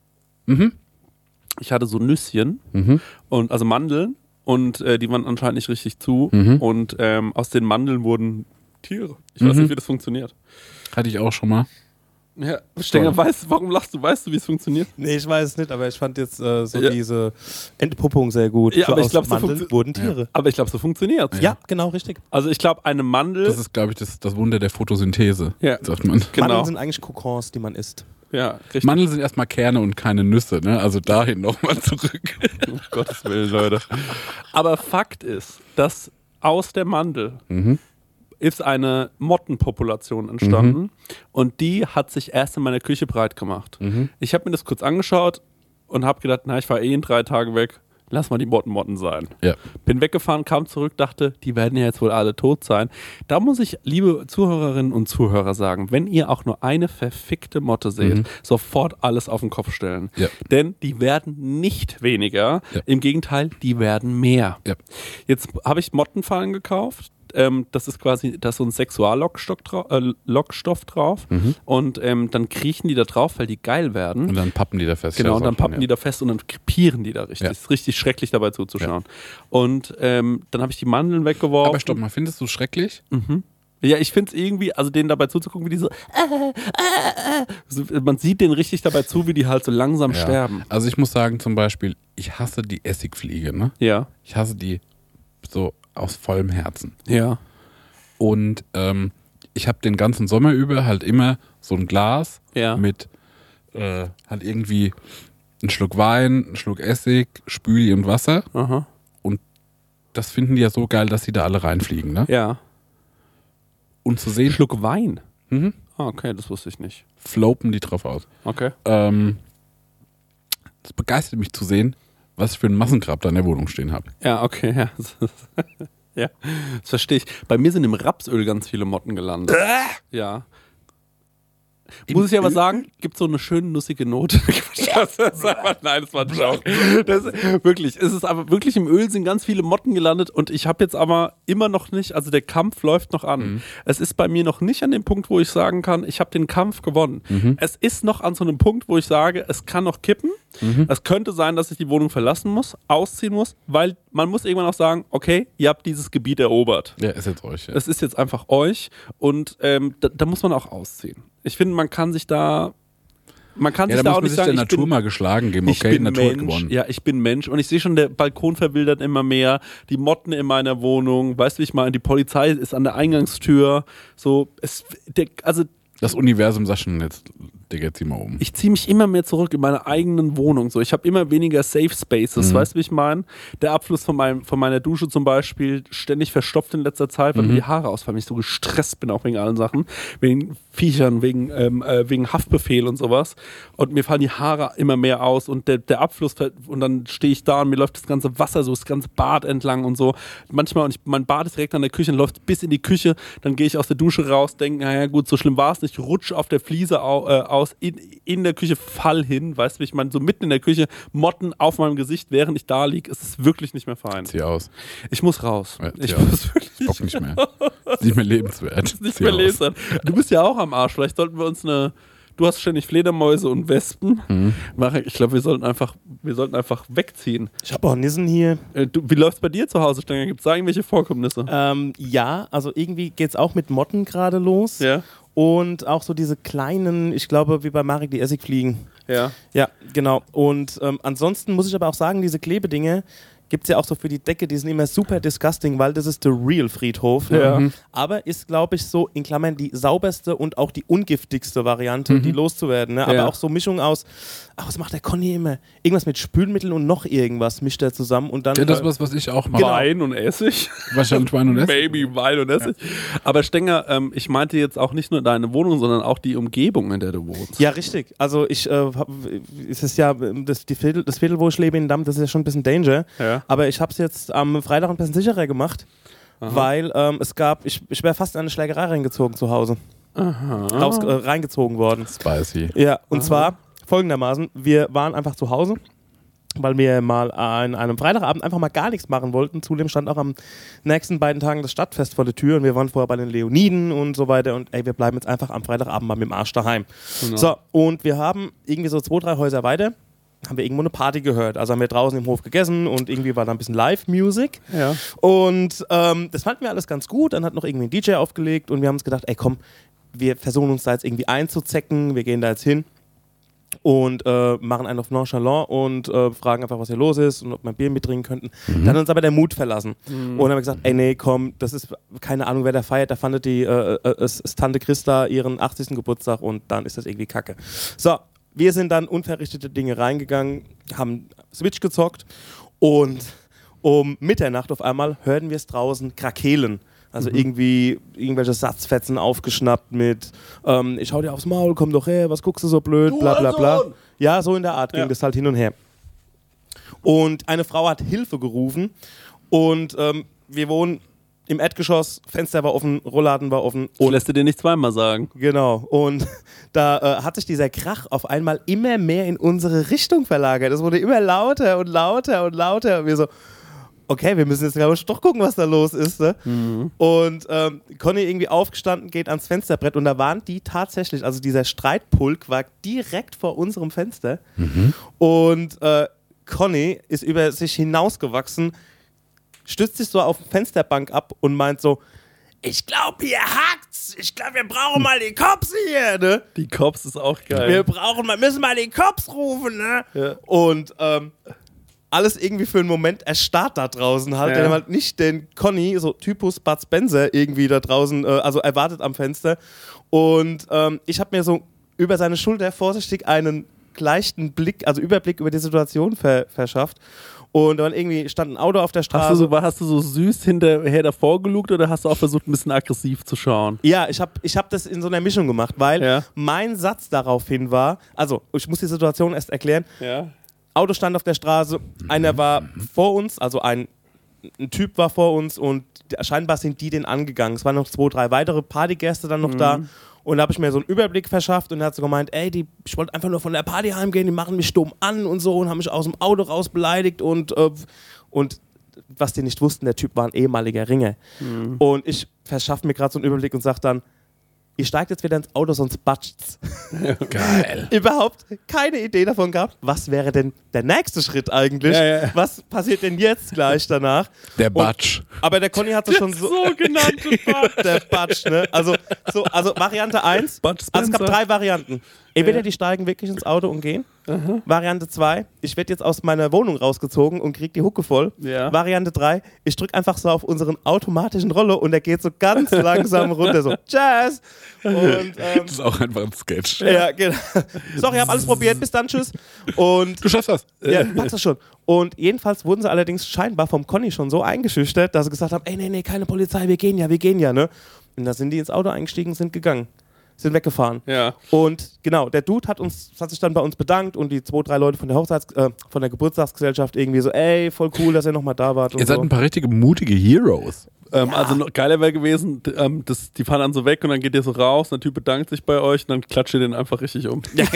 Speaker 3: Mhm.
Speaker 2: Ich hatte so Nüsschen,
Speaker 3: Mhm.
Speaker 2: und also Mandeln, und äh, die waren anscheinend nicht richtig zu.
Speaker 3: Mhm.
Speaker 2: Und ähm, aus den Mandeln wurden Tiere. Ich weiß
Speaker 3: Mhm.
Speaker 2: nicht, wie das funktioniert.
Speaker 3: Hatte ich auch schon mal.
Speaker 2: Ja, Stenger, weißt, warum lachst du? Weißt du, wie es funktioniert?
Speaker 4: Nee, ich weiß es nicht, aber ich fand jetzt äh, so
Speaker 2: Ja.
Speaker 4: diese Entpuppung sehr gut.
Speaker 2: Ja,
Speaker 4: so
Speaker 2: aber ich
Speaker 4: aus
Speaker 2: glaub, so
Speaker 4: Mandeln
Speaker 2: funktio-
Speaker 4: wurden Tiere.
Speaker 2: Aber ich glaube, so funktioniert es.
Speaker 4: Ja. genau, richtig.
Speaker 2: Also ich glaube, eine Mandel.
Speaker 3: Das ist, glaube ich, das, das Wunder der Photosynthese,
Speaker 2: Ja.
Speaker 3: sagt man.
Speaker 2: Genau.
Speaker 4: Mandeln sind eigentlich Kokons, die man isst.
Speaker 2: Ja, richtig.
Speaker 3: Mandeln sind erstmal Kerne und keine Nüsse, ne? Also dahin nochmal zurück.
Speaker 2: Um Gottes Willen, Leute. Aber Fakt ist, dass aus der Mandel
Speaker 3: Mhm.
Speaker 2: ist eine Mottenpopulation entstanden, und die hat sich erst in meiner Küche breit gemacht.
Speaker 3: Mhm.
Speaker 2: Ich habe mir das kurz angeschaut und habe gedacht, na, ich war eh in drei Tagen weg, lass mal die Mottenmotten sein.
Speaker 3: Ja.
Speaker 2: Bin weggefahren, kam zurück, dachte, die werden ja jetzt wohl alle tot sein. Da muss ich, liebe Zuhörerinnen und Zuhörer, sagen, wenn ihr auch nur eine verfickte Motte seht,
Speaker 3: Mhm.
Speaker 2: sofort alles auf den Kopf stellen.
Speaker 3: Ja.
Speaker 2: Denn die werden nicht weniger,
Speaker 3: Ja.
Speaker 2: im Gegenteil, die werden mehr.
Speaker 3: Ja.
Speaker 2: Jetzt habe ich Mottenfallen gekauft. Ähm, das ist quasi, da ist so ein Sexuallockstoff drau äh, Lockstoff drauf.
Speaker 3: Mhm.
Speaker 2: Und ähm, dann kriechen die da drauf, weil die geil werden.
Speaker 3: Und dann pappen die da fest.
Speaker 2: Genau,
Speaker 3: Ja,
Speaker 2: und dann
Speaker 3: sagt man,
Speaker 2: pappen die da fest und dann krepieren die da richtig.
Speaker 3: Ja.
Speaker 2: Das ist richtig schrecklich dabei zuzuschauen. Und ähm, dann habe ich die Mandeln weggeworfen.
Speaker 3: Aber stopp mal, findest du schrecklich?
Speaker 2: Mhm. Ja, ich finde es irgendwie, also denen dabei zuzugucken, wie die so, äh, äh, äh. so, man sieht denen richtig dabei zu, wie die halt so langsam
Speaker 3: Ja.
Speaker 2: sterben.
Speaker 3: Also ich muss sagen, zum Beispiel, ich hasse die Essigfliege, ne?
Speaker 2: Ja,
Speaker 3: Ich hasse die so aus vollem Herzen.
Speaker 2: ja,
Speaker 3: Und ähm, ich habe den ganzen Sommer über halt immer so ein Glas
Speaker 2: ja.
Speaker 3: mit äh, halt irgendwie einen Schluck Wein, einen Schluck Essig, Spüli und Wasser.
Speaker 2: Aha.
Speaker 3: Das finden die ja so geil, dass sie da alle reinfliegen, ne?
Speaker 2: Ja.
Speaker 3: Und zu sehen,
Speaker 2: Schluck Wein.
Speaker 3: mhm,
Speaker 2: Ah, okay, das wusste ich nicht.
Speaker 3: flopen die drauf aus.
Speaker 2: Okay.
Speaker 3: Ähm, das begeistert mich zu sehen, was ich für ein Massengrab da in der Wohnung stehen habe.
Speaker 2: Ja, okay, ja. Ja, das verstehe ich. Bei mir sind im Rapsöl ganz viele Motten gelandet. Ja. Muss ich aber sagen, gibt so eine schöne nussige Note. Das ist einfach, nein, das war ein Joke. Das, wirklich, es ist aber wirklich, im Öl sind ganz viele Motten gelandet, und ich habe jetzt aber immer noch nicht, also der Kampf läuft noch an.
Speaker 3: Mhm.
Speaker 2: Es ist bei mir noch nicht an dem Punkt, wo ich sagen kann, ich habe den Kampf gewonnen.
Speaker 3: Mhm.
Speaker 2: Es ist noch an so einem Punkt, wo ich sage, es kann noch kippen.
Speaker 3: Mhm.
Speaker 2: Es könnte sein, dass ich die Wohnung verlassen muss, ausziehen muss, weil man muss irgendwann auch sagen, okay, ihr habt dieses Gebiet erobert.
Speaker 3: Ja, ist jetzt euch. Ja.
Speaker 2: Es ist jetzt einfach euch, und ähm, da, da muss man auch ausziehen. Ich finde, man kann sich da, man kann
Speaker 3: Ja,
Speaker 2: sich
Speaker 3: da
Speaker 2: da
Speaker 3: muss
Speaker 2: auch
Speaker 3: man
Speaker 2: nicht
Speaker 3: sich
Speaker 2: sagen,
Speaker 3: der
Speaker 2: ich
Speaker 3: Natur
Speaker 2: bin,
Speaker 3: mal geschlagen geben.
Speaker 2: ich
Speaker 3: Okay, die
Speaker 2: bin
Speaker 3: Natur hat
Speaker 2: Mensch.
Speaker 3: gewonnen.
Speaker 2: Ja, ich bin Mensch, und ich sehe schon, der Balkon verwildert immer mehr, die Motten in meiner Wohnung, weißt du, wie ich meine, die Polizei ist an der Eingangstür, so, es, der, also
Speaker 3: Das Universum sagt schon jetzt, Digga, zieh mal um.
Speaker 2: ich ziehe mich immer mehr zurück in meine eigenen Wohnung. So, ich habe immer weniger Safe Spaces,
Speaker 3: Mhm.
Speaker 2: weißt du, wie ich meine? Der Abfluss von, meinem, von meiner Dusche zum Beispiel ständig verstopft in letzter Zeit, weil
Speaker 3: Mhm.
Speaker 2: mir die Haare ausfallen, weil ich so gestresst bin, auch wegen allen Sachen. Wegen Viechern, wegen, ähm, äh, wegen Haftbefehl und sowas. Und mir fallen die Haare immer mehr aus, und der, der Abfluss, ver- und dann stehe ich da und mir läuft das ganze Wasser so, das ganze Bad entlang und so. Manchmal, und ich, mein Bad ist direkt an der Küche und läuft bis in die Küche, dann gehe ich aus der Dusche raus, denke, naja gut, so schlimm war es nicht, rutsch auf der Fliese au, äh, aus, in, in der Küche, fall hin, weißt du, wie ich meine, so mitten in der Küche, Motten auf meinem Gesicht, während ich da liege, ist es wirklich nicht mehr fein.
Speaker 3: Zieh aus.
Speaker 2: Ich muss raus.
Speaker 3: Ja, zieh
Speaker 2: ich
Speaker 3: aus.
Speaker 2: muss wirklich
Speaker 3: Bock nicht mehr. Ist nicht mehr lebenswert.
Speaker 2: nicht
Speaker 3: Zieh
Speaker 2: mehr
Speaker 3: aus.
Speaker 2: lesen. Du bist ja auch am Arsch, vielleicht sollten wir uns eine, du hast ständig Fledermäuse und Wespen.
Speaker 3: Mhm.
Speaker 2: Marek, ich glaube, wir sollten einfach, wir sollten einfach wegziehen.
Speaker 4: Ich habe auch Nissen hier.
Speaker 2: Äh, du, wie läuft's bei dir zu Hause, Stenger? Gibt es da irgendwelche Vorkommnisse?
Speaker 4: Ähm, ja, also irgendwie geht es auch mit Motten gerade los.
Speaker 2: Ja,
Speaker 4: Und auch so diese kleinen, ich glaube, wie bei Marek, die Essigfliegen.
Speaker 2: ja.
Speaker 4: Ja, genau. Und ähm, ansonsten muss ich aber auch sagen, diese Klebedinge gibt es ja auch so für die Decke, die sind immer super disgusting, weil das ist der Real Friedhof. Ne?
Speaker 2: Ja.
Speaker 3: Mhm.
Speaker 4: Aber ist, glaube ich, so in Klammern die sauberste und auch die ungiftigste Variante,
Speaker 3: Mhm.
Speaker 4: die loszuwerden. Ne? Aber
Speaker 2: Ja.
Speaker 4: auch so Mischung aus, ach, was macht der Conny immer? Irgendwas mit Spülmittel und noch irgendwas mischt er zusammen und dann.
Speaker 3: Ja, das ist
Speaker 4: äh,
Speaker 3: was, was ich auch mache.
Speaker 4: Genau.
Speaker 2: Wein und Essig.
Speaker 3: Wahrscheinlich Wein und Essen.
Speaker 2: Maybe Wein und Essig. Aber Stenger, ähm, ich meinte jetzt auch nicht nur deine Wohnung, sondern auch die Umgebung, in der du wohnst.
Speaker 4: Ja, richtig. Also ich, äh, hab, es ist ja, das, die Viertel, das Viertel, wo ich lebe in Damm, das ist ja schon ein bisschen Danger.
Speaker 2: Ja.
Speaker 4: Aber ich habe es jetzt am Freitag ein bisschen sicherer gemacht, weil ähm, es gab, ich, ich wäre fast in eine Schlägerei reingezogen zu Hause.
Speaker 2: Aha.
Speaker 4: Raus, äh, reingezogen worden.
Speaker 3: Spicy.
Speaker 4: Ja, und zwar folgendermaßen, wir waren einfach zu Hause, weil wir mal an einem Freitagabend einfach mal gar nichts machen wollten. Zudem stand auch am nächsten beiden Tagen das Stadtfest vor der Tür und wir waren vorher bei den Leoniden und so weiter und ey, wir bleiben jetzt einfach am Freitagabend mal mit dem Arsch daheim. Genau. So, und wir haben irgendwie so zwei, drei Häuser weiter, haben wir irgendwo eine Party gehört. Also haben wir draußen im Hof gegessen und irgendwie war da ein bisschen Live-Music.
Speaker 2: Ja.
Speaker 4: Und ähm, das fanden wir alles ganz gut. Dann hat noch irgendwie ein D J aufgelegt und wir haben uns gedacht, ey komm, wir versuchen uns da jetzt irgendwie einzuzecken, wir gehen da jetzt hin. Und äh, machen einen auf nonchalant und äh, fragen einfach, was hier los ist und ob wir ein Bier mittrinken könnten. Mhm. Dann hat uns aber der Mut verlassen. Mhm. Und dann haben wir gesagt, ey nee, komm, das ist keine Ahnung, wer da feiert. Da fandet die äh, äh, es, es Tante Christa ihren achtzigsten Geburtstag und dann ist das irgendwie kacke. So, wir sind dann unverrichtete Dinge reingegangen, haben Switch gezockt und um Mitternacht auf einmal hörten wir es draußen krakeelen. Also mhm. irgendwie irgendwelche Satzfetzen aufgeschnappt mit ähm, ich hau dir aufs Maul, komm doch her, was guckst du so blöd, du bla bla bla. Ja, so in der Art ging ja. das halt hin und her. Und eine Frau hat Hilfe gerufen und ähm, wir wohnen im Erdgeschoss, Fenster war offen, Rollladen war offen.
Speaker 2: Und lässt du dir nicht zweimal sagen.
Speaker 4: Genau. Und da äh, hat sich dieser Krach auf einmal immer mehr in unsere Richtung verlagert. Es wurde immer lauter und lauter und lauter. Und wir so, okay, wir müssen jetzt glaube ich doch gucken, was da los ist. Ne? Mhm. Und ähm, Conny irgendwie aufgestanden, geht ans Fensterbrett und da waren die tatsächlich, also dieser Streitpulk war direkt vor unserem Fenster. Mhm. Und äh, Conny ist über sich hinausgewachsen, stützt sich so auf die Fensterbank ab und meint so, ich glaube, hier hakt's. Ich glaube, wir brauchen mal die Cops hier, ne?
Speaker 2: Die Cops ist auch geil.
Speaker 4: Wir brauchen mal, müssen mal die Cops rufen, ne? Ja. Und ähm, alles irgendwie für einen Moment erstarrt da draußen halt. Ja. Der halt nicht den Conny, so Typus Bud Spencer irgendwie da draußen, äh, also erwartet am Fenster. Und ähm, ich habe mir so über seine Schulter vorsichtig einen leichten Blick, also Überblick über die Situation ver- verschafft. Und dann irgendwie stand ein Auto auf der Straße.
Speaker 2: Hast du so, hast du so süß hinterher davor gelugt oder hast du auch versucht, ein bisschen aggressiv zu schauen?
Speaker 4: Ja, ich habe ich hab das in so einer Mischung gemacht, weil ja. mein Satz daraufhin war, also ich muss die Situation erst erklären.
Speaker 2: Ja.
Speaker 4: Auto stand auf der Straße, einer war vor uns, also ein, ein Typ war vor uns und scheinbar sind die den angegangen. Es waren noch zwei, drei weitere Partygäste dann noch mhm. da. Und da habe ich mir so einen Überblick verschafft und er hat so gemeint, ey, die, ich wollte einfach nur von der Party heimgehen, die machen mich dumm an und so und haben mich aus dem Auto raus beleidigt und, äh, und was die nicht wussten, der Typ war ein ehemaliger Ringer. Mhm. Und ich verschaffe mir gerade so einen Überblick und sage dann, ihr steigt jetzt wieder ins Auto, sonst batscht's.
Speaker 3: Geil.
Speaker 4: Überhaupt keine Idee davon gehabt, was wäre denn der nächste Schritt eigentlich? Ja, ja. Was passiert denn jetzt gleich danach?
Speaker 3: Der Batsch.
Speaker 4: Und, aber der Conny hat es schon so...
Speaker 2: so genannte Batsch.
Speaker 4: Der Batsch, ne? Also, so, also Variante eins, also es gab drei Varianten. Entweder ja. die steigen wirklich ins Auto und gehen. Aha. Variante zwei, ich werde jetzt aus meiner Wohnung rausgezogen und krieg die Hucke voll. Ja. Variante drei, ich drücke einfach so auf unseren automatischen Rollo und der geht so ganz langsam runter, so Tschüss. Und, ähm,
Speaker 3: das ist auch einfach ein Sketch.
Speaker 4: Ja, genau. Sorry, ich habe alles probiert, bis dann, tschüss. Und
Speaker 3: du schaffst das.
Speaker 4: Ja, du packst das schon. Und jedenfalls wurden sie allerdings scheinbar vom Conny schon so eingeschüchtert, dass sie gesagt haben, ey, nee, nee, keine Polizei, wir gehen ja, wir gehen ja, ne? Und da sind die ins Auto eingestiegen und sind gegangen. Sind weggefahren.
Speaker 2: Ja.
Speaker 4: Und genau, der Dude hat uns, hat sich dann bei uns bedankt und die zwei, drei Leute von der Hochzeits-, äh, von der Geburtstagsgesellschaft irgendwie so, ey, voll cool, dass ihr nochmal da wart. Und
Speaker 3: ihr seid
Speaker 4: so.
Speaker 3: ein paar richtige mutige Heroes.
Speaker 2: Ähm,
Speaker 4: ja.
Speaker 2: Also noch geiler wäre gewesen, d- ähm, das, die fahren dann so weg und dann geht ihr so raus, und der Typ bedankt sich bei euch und dann klatscht ihr den einfach richtig um.
Speaker 4: Ja.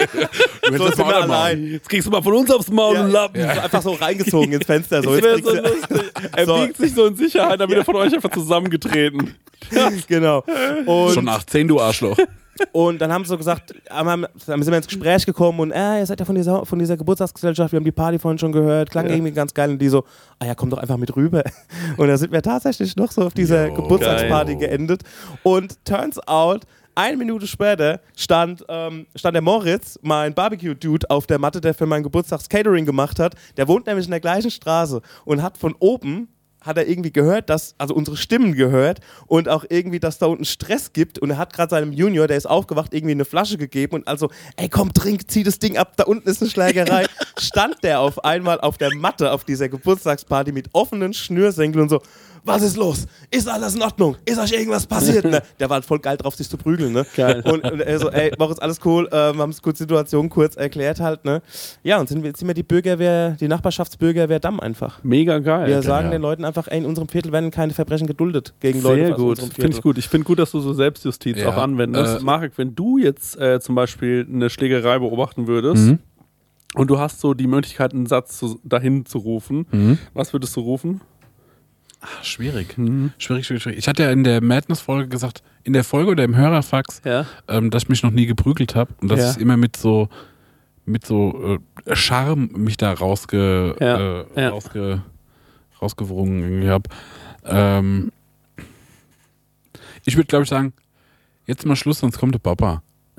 Speaker 3: Du
Speaker 4: so ist immer allein.
Speaker 2: Jetzt kriegst du mal von uns aufs Maul und Lappen.
Speaker 4: Ja. Einfach so reingezogen ins Fenster. So.
Speaker 2: Das wäre so lustig. Er
Speaker 4: so.
Speaker 2: wiegt sich so in Sicherheit, dann wird er von euch einfach zusammengetreten.
Speaker 4: Genau. Und
Speaker 3: schon achtzehn, du Arschloch.
Speaker 4: Und dann haben sie so gesagt, haben, dann sind wir ins Gespräch gekommen und äh, ihr seid ja von dieser, von dieser Geburtstagsgesellschaft, wir haben die Party vorhin schon gehört, klang ja. irgendwie ganz geil und die so, ah ja, komm doch einfach mit rüber. Und da sind wir tatsächlich noch so auf dieser Yo, Geburtstagsparty geil. geendet und turns out, eine Minute später stand, ähm, stand der Moritz, mein Barbecue-Dude, auf der Matte, der für mein Geburtstags-Catering gemacht hat. Der wohnt nämlich in der gleichen Straße und hat von oben hat er irgendwie gehört, dass, also unsere Stimmen gehört und auch irgendwie, dass da unten Stress gibt und er hat gerade seinem Junior, der ist aufgewacht, irgendwie eine Flasche gegeben und also, ey komm, trink, zieh das Ding ab, da unten ist eine Schlägerei. Stand der auf einmal auf der Matte auf dieser Geburtstagsparty mit offenen Schnürsenkeln und so, was ist los? Ist alles in Ordnung? Ist euch irgendwas passiert? Ne? Der war halt voll geil drauf, sich zu prügeln. Ne?
Speaker 2: Geil.
Speaker 4: Und, und er so, ey, Moritz, alles cool, äh, wir haben die Situation kurz erklärt halt. Ne? Ja, und sind wir, sind wir die Bürgerwehr, die Nachbarschaftsbürgerwehr Damm einfach.
Speaker 2: Mega geil.
Speaker 4: Wir sagen
Speaker 3: ja.
Speaker 4: den Leuten einfach, ey, in unserem Viertel werden keine Verbrechen geduldet gegen Leute
Speaker 2: Sehr
Speaker 4: aus
Speaker 2: gut,
Speaker 4: unserem Viertel.
Speaker 2: finde ich gut. Ich finde gut, dass du so Selbstjustiz
Speaker 3: Ja,
Speaker 2: auch anwendest.
Speaker 3: äh,
Speaker 2: Marek, wenn du jetzt äh, zum Beispiel eine Schlägerei beobachten würdest
Speaker 3: Mhm.
Speaker 2: und du hast so die Möglichkeit, einen Satz zu, dahin zu rufen,
Speaker 3: Mhm.
Speaker 2: was würdest du rufen?
Speaker 3: Ach, schwierig. Schwierig, schwierig, schwierig. Ich hatte ja in der Madness-Folge gesagt, in der Folge oder im Hörerfax,
Speaker 2: Ja.
Speaker 3: ähm, dass ich mich noch nie geprügelt habe und dass
Speaker 2: Ja.
Speaker 3: ich immer mit so mit so äh, Charme mich da rausge,
Speaker 2: Ja.
Speaker 3: äh,
Speaker 2: Ja.
Speaker 3: rausge rausgewrungen irgendwie habe. Ähm, ich würde, glaube ich, sagen, jetzt mal Schluss, sonst kommt der Papa.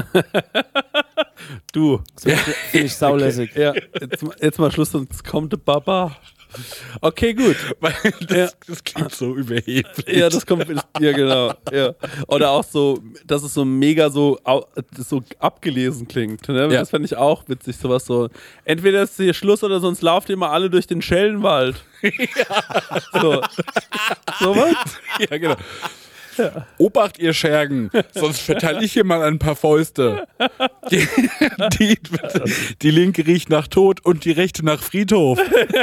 Speaker 2: Du.
Speaker 4: So, finde ich saulässig.
Speaker 2: Ja, jetzt, jetzt mal Schluss, sonst kommt der Baba. Okay, gut.
Speaker 3: Weil das,
Speaker 2: Ja.
Speaker 3: das klingt so überheblich.
Speaker 2: Ja, das kommt, ja genau. Ja. Oder auch so, dass es so mega so, au- so abgelesen klingt. Ne?
Speaker 3: Ja.
Speaker 2: Das fände ich auch witzig, sowas so. Entweder ist hier Schluss oder sonst lauft ihr mal alle durch den Schellenwald. So. Sowas?
Speaker 3: Ja, genau. Obacht, ihr Schergen, sonst verteile ich hier mal ein paar Fäuste. Die, die, die linke riecht nach Tod und die rechte nach Friedhof.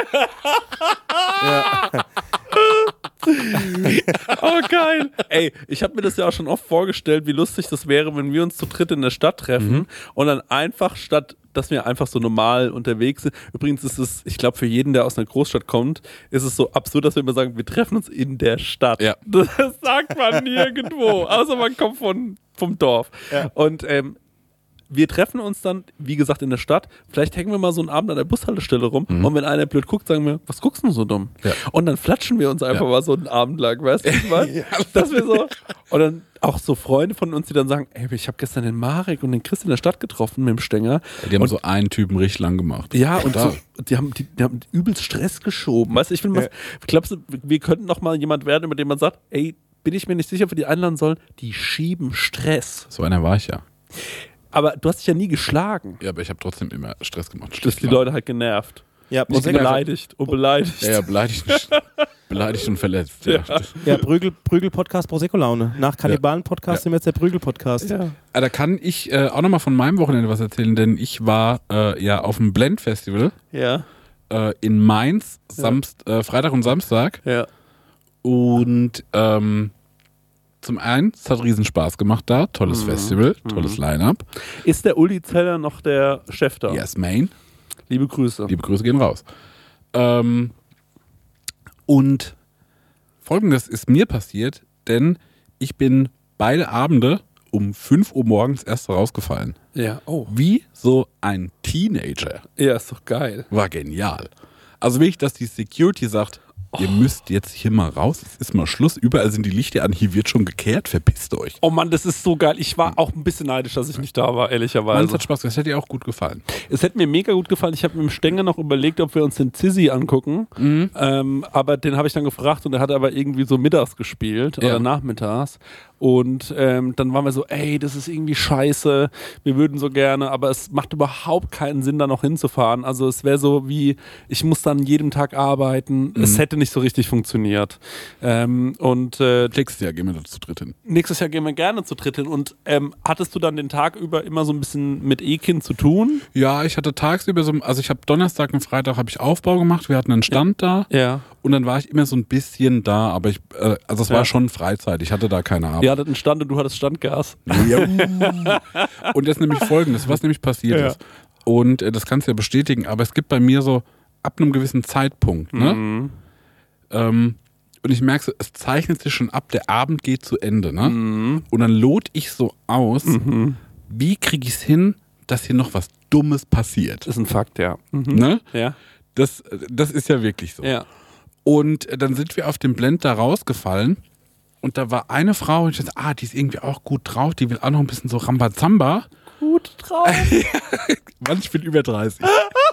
Speaker 2: Oh, geil. Ey, ich habe mir das ja auch schon oft vorgestellt, wie lustig das wäre, wenn wir uns zu dritt in der Stadt treffen
Speaker 3: Mhm.
Speaker 2: und dann einfach statt, dass wir einfach so normal unterwegs sind. Übrigens ist es, ich glaube, für jeden, der aus einer Großstadt kommt, ist es so absurd, dass wir immer sagen, wir treffen uns in der Stadt.
Speaker 3: Ja.
Speaker 2: Das sagt man nirgendwo, außer man kommt von, vom Dorf.
Speaker 4: Ja.
Speaker 2: Und ähm, wir treffen uns dann, wie gesagt, in der Stadt. Vielleicht hängen wir mal so einen Abend an der Bushaltestelle rum und wenn einer blöd guckt, sagen wir, was guckst du so dumm?
Speaker 3: Ja.
Speaker 2: Und dann flatschen wir uns einfach
Speaker 3: Ja.
Speaker 2: mal so einen Abend lang, weißt du, was ich meine? Dass wir so, und dann auch so Freunde von uns, die dann sagen, ey, ich habe gestern den Marek und den Chris in der Stadt getroffen mit dem Stenger.
Speaker 3: Die haben
Speaker 2: und,
Speaker 3: so einen Typen richtig lang gemacht.
Speaker 2: ja, und
Speaker 3: Da.
Speaker 2: so, die, haben, die, die haben übelst Stress geschoben. Weißt du, ich finde, was, glaubst du, wir könnten noch mal jemand werden, über den man sagt, ey, bin ich mir nicht sicher, ob wir die einladen sollen? Die schieben Stress.
Speaker 3: So einer war ich ja.
Speaker 2: Aber du hast dich ja nie geschlagen.
Speaker 3: Ja, aber ich habe trotzdem immer Stress gemacht.
Speaker 2: Das die Leute halt genervt.
Speaker 4: Ja,
Speaker 2: Und
Speaker 4: Prosecco.
Speaker 2: beleidigt. Und beleidigt.
Speaker 3: Ja, ja, beleidigt, beleidigt und verletzt. Ja.
Speaker 2: Ja.
Speaker 4: Ja, Prügel, Prügel-Podcast Prosecco-Laune. Nach Kannibalen-Podcast
Speaker 3: Ja.
Speaker 4: sind wir jetzt der Prügel-Podcast.
Speaker 2: Ja.
Speaker 3: Ah, da kann ich äh, auch nochmal von meinem Wochenende was erzählen, denn ich war äh, ja auf dem Blend-Festival
Speaker 2: Ja.
Speaker 3: äh, in Mainz, Samst, äh, Freitag und Samstag.
Speaker 2: Ja.
Speaker 3: Und ähm, zum einen, es hat riesen Spaß gemacht da. Tolles Festival, tolles Line-Up.
Speaker 2: Ist der Uli Zeller noch der Chef da?
Speaker 3: Yes, Main.
Speaker 2: Liebe Grüße.
Speaker 3: Liebe Grüße gehen raus. Ähm, und Folgendes ist mir passiert, denn ich bin beide Abende um fünf Uhr morgens erst rausgefallen.
Speaker 2: Ja. Oh.
Speaker 3: Wie so ein Teenager.
Speaker 2: Ja, ist doch geil.
Speaker 3: War genial. Also wirklich, dass die Security sagt, ihr müsst jetzt hier mal raus, es ist mal Schluss, überall sind die Lichter an, hier wird schon gekehrt, verpisst euch.
Speaker 2: Oh Mann, das ist so geil. Ich war auch ein bisschen neidisch, dass ich nicht da war,
Speaker 3: Mann,
Speaker 2: ehrlicherweise.
Speaker 3: es hat Spaß gemacht, das hätte dir auch gut gefallen.
Speaker 2: Es hätte mir mega gut gefallen. Ich habe mit dem Stenger noch überlegt, ob wir uns den Zizzy angucken. Ähm, aber den habe ich dann gefragt und der hat aber irgendwie so mittags gespielt
Speaker 3: Ja.
Speaker 2: oder nachmittags. Und ähm, dann waren wir so, ey, das ist irgendwie scheiße. Wir würden so gerne, aber es macht überhaupt keinen Sinn, da noch hinzufahren. Also es wäre so wie, ich muss dann jeden Tag arbeiten. Es hätte nicht so richtig funktioniert. Ähm, und äh,
Speaker 3: Nächstes Jahr gehen wir da zu dritt hin.
Speaker 2: nächstes Jahr gehen wir gerne zu dritt hin. Und ähm, hattest du dann den Tag über immer so ein bisschen mit Ekin zu tun?
Speaker 3: Ja, ich hatte tagsüber so, also ich habe Donnerstag und Freitag habe ich Aufbau gemacht, wir hatten einen Stand da
Speaker 2: Ja.
Speaker 3: und dann war ich immer so ein bisschen da, aber ich, äh, also es
Speaker 2: Ja.
Speaker 3: war schon Freizeit, ich hatte da keine Arbeit.
Speaker 2: Ihr hattet einen Stand und du hattest Standgas.
Speaker 3: Ja. Und das ist nämlich Folgendes, was nämlich passiert
Speaker 2: Ja.
Speaker 3: ist. Und äh, das kannst du ja bestätigen, aber es gibt bei mir so ab einem gewissen Zeitpunkt, ne?
Speaker 2: Mhm.
Speaker 3: Ähm, und ich merke so, es zeichnet sich schon ab, der Abend geht zu Ende, ne?
Speaker 2: Mhm.
Speaker 3: Und dann lot ich so aus, wie kriege ich es hin, dass hier noch was Dummes passiert.
Speaker 2: Das ist ein Fakt, ja. Mhm.
Speaker 3: Ne?
Speaker 2: Ja.
Speaker 3: Das, das ist ja wirklich so.
Speaker 2: Ja.
Speaker 3: Und äh, dann sind wir auf dem Blend da rausgefallen und da war eine Frau und ich dachte, ah, die ist irgendwie auch gut drauf, die will auch noch ein bisschen so Rambazamba.
Speaker 2: Gut drauf.
Speaker 3: Mann, ich bin über dreißig.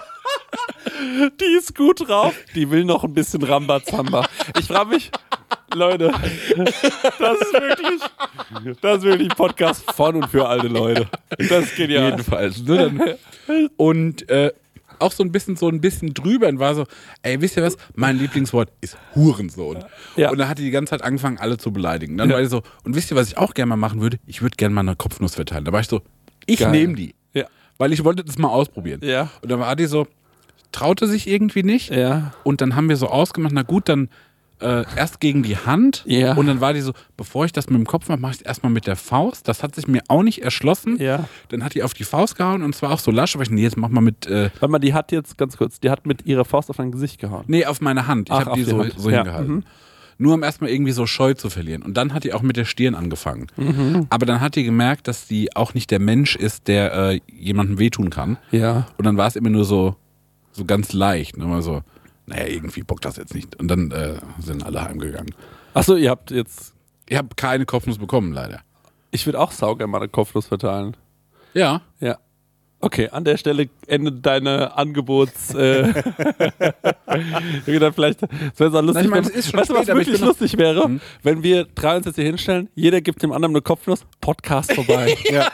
Speaker 2: Die ist gut drauf. Die will noch ein bisschen Rambazamba. Ich frage mich, Leute, das ist wirklich, das ist wirklich ein Podcast von und für alte Leute. Das ist genial.
Speaker 3: Jedenfalls. Ne, dann, und äh, auch so ein bisschen so ein bisschen drüber und war so, ey, wisst ihr was? Mein Lieblingswort ist Hurensohn.
Speaker 2: Ja.
Speaker 3: Und dann hat die die ganze Zeit angefangen, alle zu beleidigen. Dann
Speaker 2: Ja.
Speaker 3: war die so, und wisst ihr, was ich auch gerne mal machen würde? Ich würde gerne mal eine Kopfnuss verteilen. Da war ich so, ich
Speaker 2: Geil.
Speaker 3: nehme die.
Speaker 2: Ja.
Speaker 3: Weil ich wollte das mal ausprobieren.
Speaker 2: Ja.
Speaker 3: Und dann war die so, traute sich irgendwie nicht.
Speaker 2: Ja.
Speaker 3: Und dann haben wir so ausgemacht, na gut, dann äh, erst gegen die Hand.
Speaker 2: Ja.
Speaker 3: Und dann war die so, bevor ich das mit dem Kopf mache, mache ich es erstmal mit der Faust. Das hat sich mir auch nicht erschlossen.
Speaker 2: Ja.
Speaker 3: Dann hat die auf die Faust gehauen und zwar auch so lasch. Aber ich, nee, jetzt mach mal mit, äh,
Speaker 2: Warte mal, die hat jetzt, ganz kurz, die hat mit ihrer Faust auf dein Gesicht gehauen.
Speaker 3: nee, auf meine Hand. Ich
Speaker 2: Ach,
Speaker 3: habe
Speaker 2: auf
Speaker 3: die
Speaker 2: die
Speaker 3: so,
Speaker 2: Hand.
Speaker 3: so
Speaker 2: Ja.
Speaker 3: hingehalten.
Speaker 2: Mhm.
Speaker 3: Nur um erstmal irgendwie so Scheu zu verlieren. Und dann hat die auch mit der Stirn angefangen.
Speaker 2: Mhm.
Speaker 3: Aber dann hat die gemerkt, dass die auch nicht der Mensch ist, der äh, jemandem wehtun kann.
Speaker 2: Ja.
Speaker 3: Und dann war es immer nur so, so ganz leicht. Ne? Mal so, naja, irgendwie bockt das jetzt nicht. Und dann äh, sind alle heimgegangen.
Speaker 2: Achso, ihr habt jetzt.
Speaker 3: Ich habe keine Kopfnuss bekommen, leider.
Speaker 2: Ich würde auch sauger mal eine Kopfnuss verteilen.
Speaker 3: Ja.
Speaker 2: Ja. Okay, an der Stelle endet deine Angebots. Äh, ich gedacht, vielleicht, es wäre so lustig,
Speaker 3: Nein, ich meine,
Speaker 2: wenn,
Speaker 3: es ist schon
Speaker 2: weißt du, was
Speaker 3: spät, aber ich
Speaker 2: wirklich
Speaker 3: bin noch-
Speaker 2: lustig wäre,
Speaker 3: Hm.
Speaker 2: wenn wir drei uns jetzt hier hinstellen, jeder gibt dem anderen eine Kopfnuss, Podcast vorbei.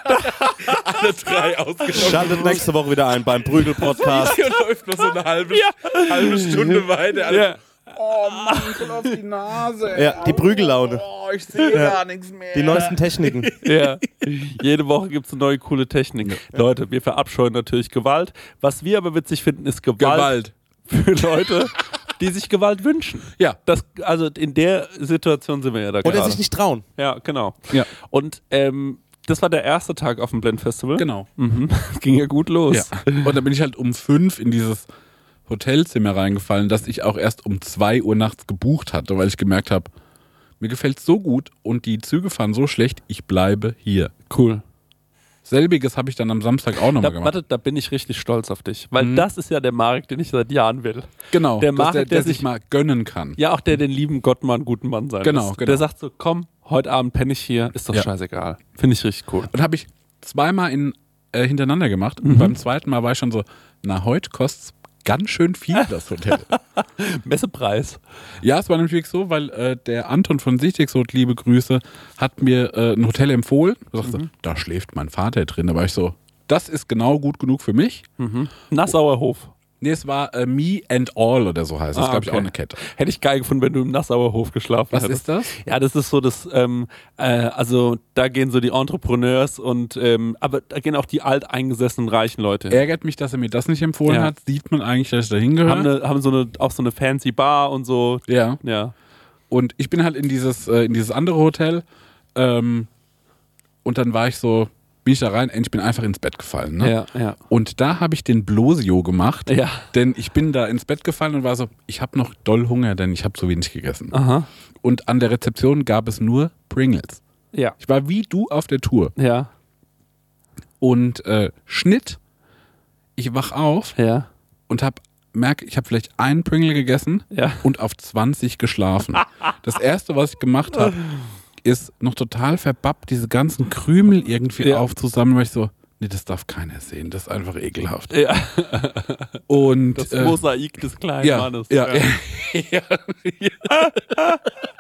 Speaker 3: Alle drei ausgenommen.
Speaker 4: Schaltet nächste Woche wieder ein beim Prügel-Podcast.
Speaker 3: Hier läuft noch so eine halbe, halbe Stunde weiter. Alle,
Speaker 2: Ja.
Speaker 3: oh Mann, voll auf die Nase.
Speaker 4: Ja, die Prügellaune.
Speaker 3: Oh, ich sehe gar nichts mehr.
Speaker 4: Die neuesten Techniken.
Speaker 2: Ja. Jede Woche gibt es eine neue coole Technik. Leute, wir verabscheuen natürlich Gewalt. Was wir aber witzig finden, ist Gewalt,
Speaker 3: Gewalt.
Speaker 2: für Leute, die sich Gewalt wünschen.
Speaker 3: Ja.
Speaker 2: Das, also in der Situation sind wir ja da
Speaker 4: Oder
Speaker 2: gerade.
Speaker 4: sich nicht trauen.
Speaker 2: Ja, genau.
Speaker 3: Ja.
Speaker 2: Und ähm, das war der erste Tag auf dem Blend Festival.
Speaker 3: Genau.
Speaker 2: Mhm. Ging ja gut los.
Speaker 3: Ja. Und dann bin ich halt um fünf in dieses Hotelzimmer reingefallen, das ich auch erst um zwei Uhr nachts gebucht hatte, weil ich gemerkt habe, mir gefällt es so gut und die Züge fahren so schlecht, ich bleibe hier.
Speaker 2: Cool.
Speaker 3: Selbiges habe ich dann am Samstag auch nochmal
Speaker 2: Da,
Speaker 3: gemacht.
Speaker 2: warte, da bin ich richtig stolz auf dich. Weil
Speaker 3: Mhm.
Speaker 2: das ist ja der Markt, den ich seit Jahren will.
Speaker 3: Genau,
Speaker 2: Der
Speaker 3: dass
Speaker 2: Marek,
Speaker 3: der,
Speaker 2: der
Speaker 3: der sich
Speaker 2: sich-
Speaker 3: mal gönnen kann.
Speaker 2: Ja, auch der den lieben Gott mal einen guten Mann sein
Speaker 3: Genau,
Speaker 2: lässt.
Speaker 3: genau.
Speaker 2: Der sagt so, komm, heute Abend penne ich hier, ist doch
Speaker 3: Ja.
Speaker 2: scheißegal. Finde ich richtig cool.
Speaker 3: Und habe ich zweimal in, äh, hintereinander gemacht.
Speaker 2: Mhm.
Speaker 3: Und beim zweiten Mal war ich schon so, na, heute kostet es ganz schön viel, das Hotel.
Speaker 2: Messepreis.
Speaker 3: Ja, es war natürlich so, weil äh, der Anton von Sichtigsrot, liebe Grüße, hat mir äh, ein Hotel empfohlen. Er sagte,
Speaker 2: Mhm.
Speaker 3: da schläft mein Vater drin. Da war ich so, das ist genau gut genug für mich.
Speaker 2: Nassauer Hof.
Speaker 3: Nee, es war äh, Me and All oder so heißt es.
Speaker 2: Ah,
Speaker 3: glaube ich,
Speaker 2: okay.
Speaker 3: auch eine Kette.
Speaker 2: Hätte ich geil gefunden, wenn du im Nassauer Hof geschlafen
Speaker 3: Was
Speaker 2: hättest.
Speaker 3: ist das?
Speaker 2: Ja, das ist so das, ähm, äh, also da gehen so die Entrepreneurs und, ähm, aber da gehen auch die alteingesessenen reichen Leute hin.
Speaker 3: Ärgert mich, dass er mir das nicht empfohlen
Speaker 2: Ja.
Speaker 3: hat. Sieht man eigentlich, dass ich da hingehöre.
Speaker 2: Haben, eine, haben so eine, auch so eine fancy Bar und so.
Speaker 3: Ja.
Speaker 2: Ja.
Speaker 3: Und ich bin halt in dieses, äh, in dieses andere Hotel ähm, und dann war ich so, bin ich da rein, ich bin einfach ins Bett gefallen. Ne?
Speaker 2: Ja, ja.
Speaker 3: Und da habe ich den Blosio gemacht,
Speaker 2: Ja.
Speaker 3: denn ich bin da ins Bett gefallen und war so, ich habe noch doll Hunger, denn ich habe zu wenig gegessen.
Speaker 2: Aha.
Speaker 3: Und an der Rezeption gab es nur Pringles.
Speaker 2: Ja.
Speaker 3: Ich war wie du auf der Tour.
Speaker 2: Ja.
Speaker 3: Und äh, Schnitt, ich wach auf
Speaker 2: Ja.
Speaker 3: und hab, merke, ich habe vielleicht einen Pringle gegessen
Speaker 2: Ja.
Speaker 3: und auf zwanzig geschlafen. Das erste, was ich gemacht habe, ist noch total verbappt, diese ganzen Krümel irgendwie
Speaker 2: Ja.
Speaker 3: aufzusammeln, weil ich so, nee, das darf keiner sehen, das ist einfach ekelhaft.
Speaker 2: Ja.
Speaker 3: Und
Speaker 2: Das
Speaker 3: äh,
Speaker 2: Mosaik des kleinen
Speaker 3: ja,
Speaker 2: Mannes.
Speaker 3: ja, ja, ja.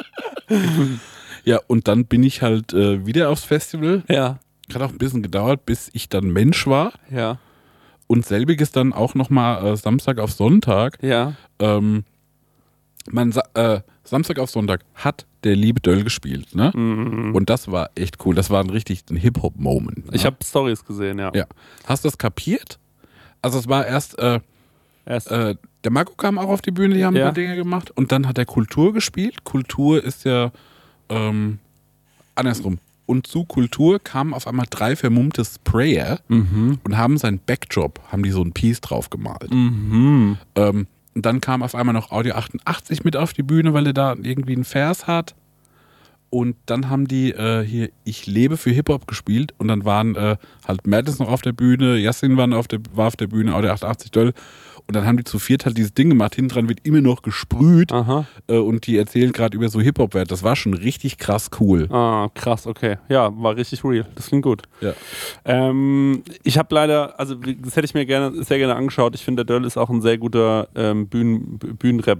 Speaker 3: Ja, und dann bin ich halt äh, wieder aufs Festival.
Speaker 2: Ja.
Speaker 3: Hat auch ein bisschen gedauert, bis ich dann Mensch war.
Speaker 2: Ja.
Speaker 3: Und selbiges dann auch nochmal äh, Samstag auf Sonntag.
Speaker 2: Ja.
Speaker 3: Ähm, man, Sa äh, Samstag auf Sonntag hat der liebe Döll gespielt, ne? Und das war echt cool. Das war ein richtig ein Hip-Hop-Moment. Ne?
Speaker 2: Ich habe Stories gesehen, ja.
Speaker 3: Ja. Hast du das kapiert? Also es war erst, äh,
Speaker 2: Erst,
Speaker 3: äh, der Marco kam auch auf die Bühne, die haben ein
Speaker 2: Ja.
Speaker 3: paar Dinge gemacht. Und dann hat er Kultur gespielt. Kultur ist ja ähm, andersrum. Und zu Kultur kamen auf einmal drei vermummte Sprayer
Speaker 2: mhm.
Speaker 3: und haben seinen Backdrop, haben die so ein Piece drauf gemalt.
Speaker 2: Mhm.
Speaker 3: Ähm, und dann kam auf einmal noch Audio achtundachtzig mit auf die Bühne, weil er da irgendwie einen Vers hat. Und dann haben die äh, hier Ich lebe für Hip-Hop gespielt und dann waren äh, halt Madness noch auf der Bühne, Yassin war auf der, war auf der Bühne, Audio achtundachtzig Döll. Und dann haben die zu viert halt dieses Ding gemacht, hinten dran wird immer noch gesprüht
Speaker 2: Aha.
Speaker 3: äh, und die erzählen gerade über so Hip-Hop-Wert. Das war schon richtig krass cool.
Speaker 2: Ah, krass, okay. Ja, war richtig real. Das klingt gut.
Speaker 3: Ja.
Speaker 2: Ähm, ich habe leider, also das hätte ich mir gerne, sehr gerne angeschaut. Ich finde, der Döll ist auch ein sehr guter ähm, Bühnen, Bühnenrapper.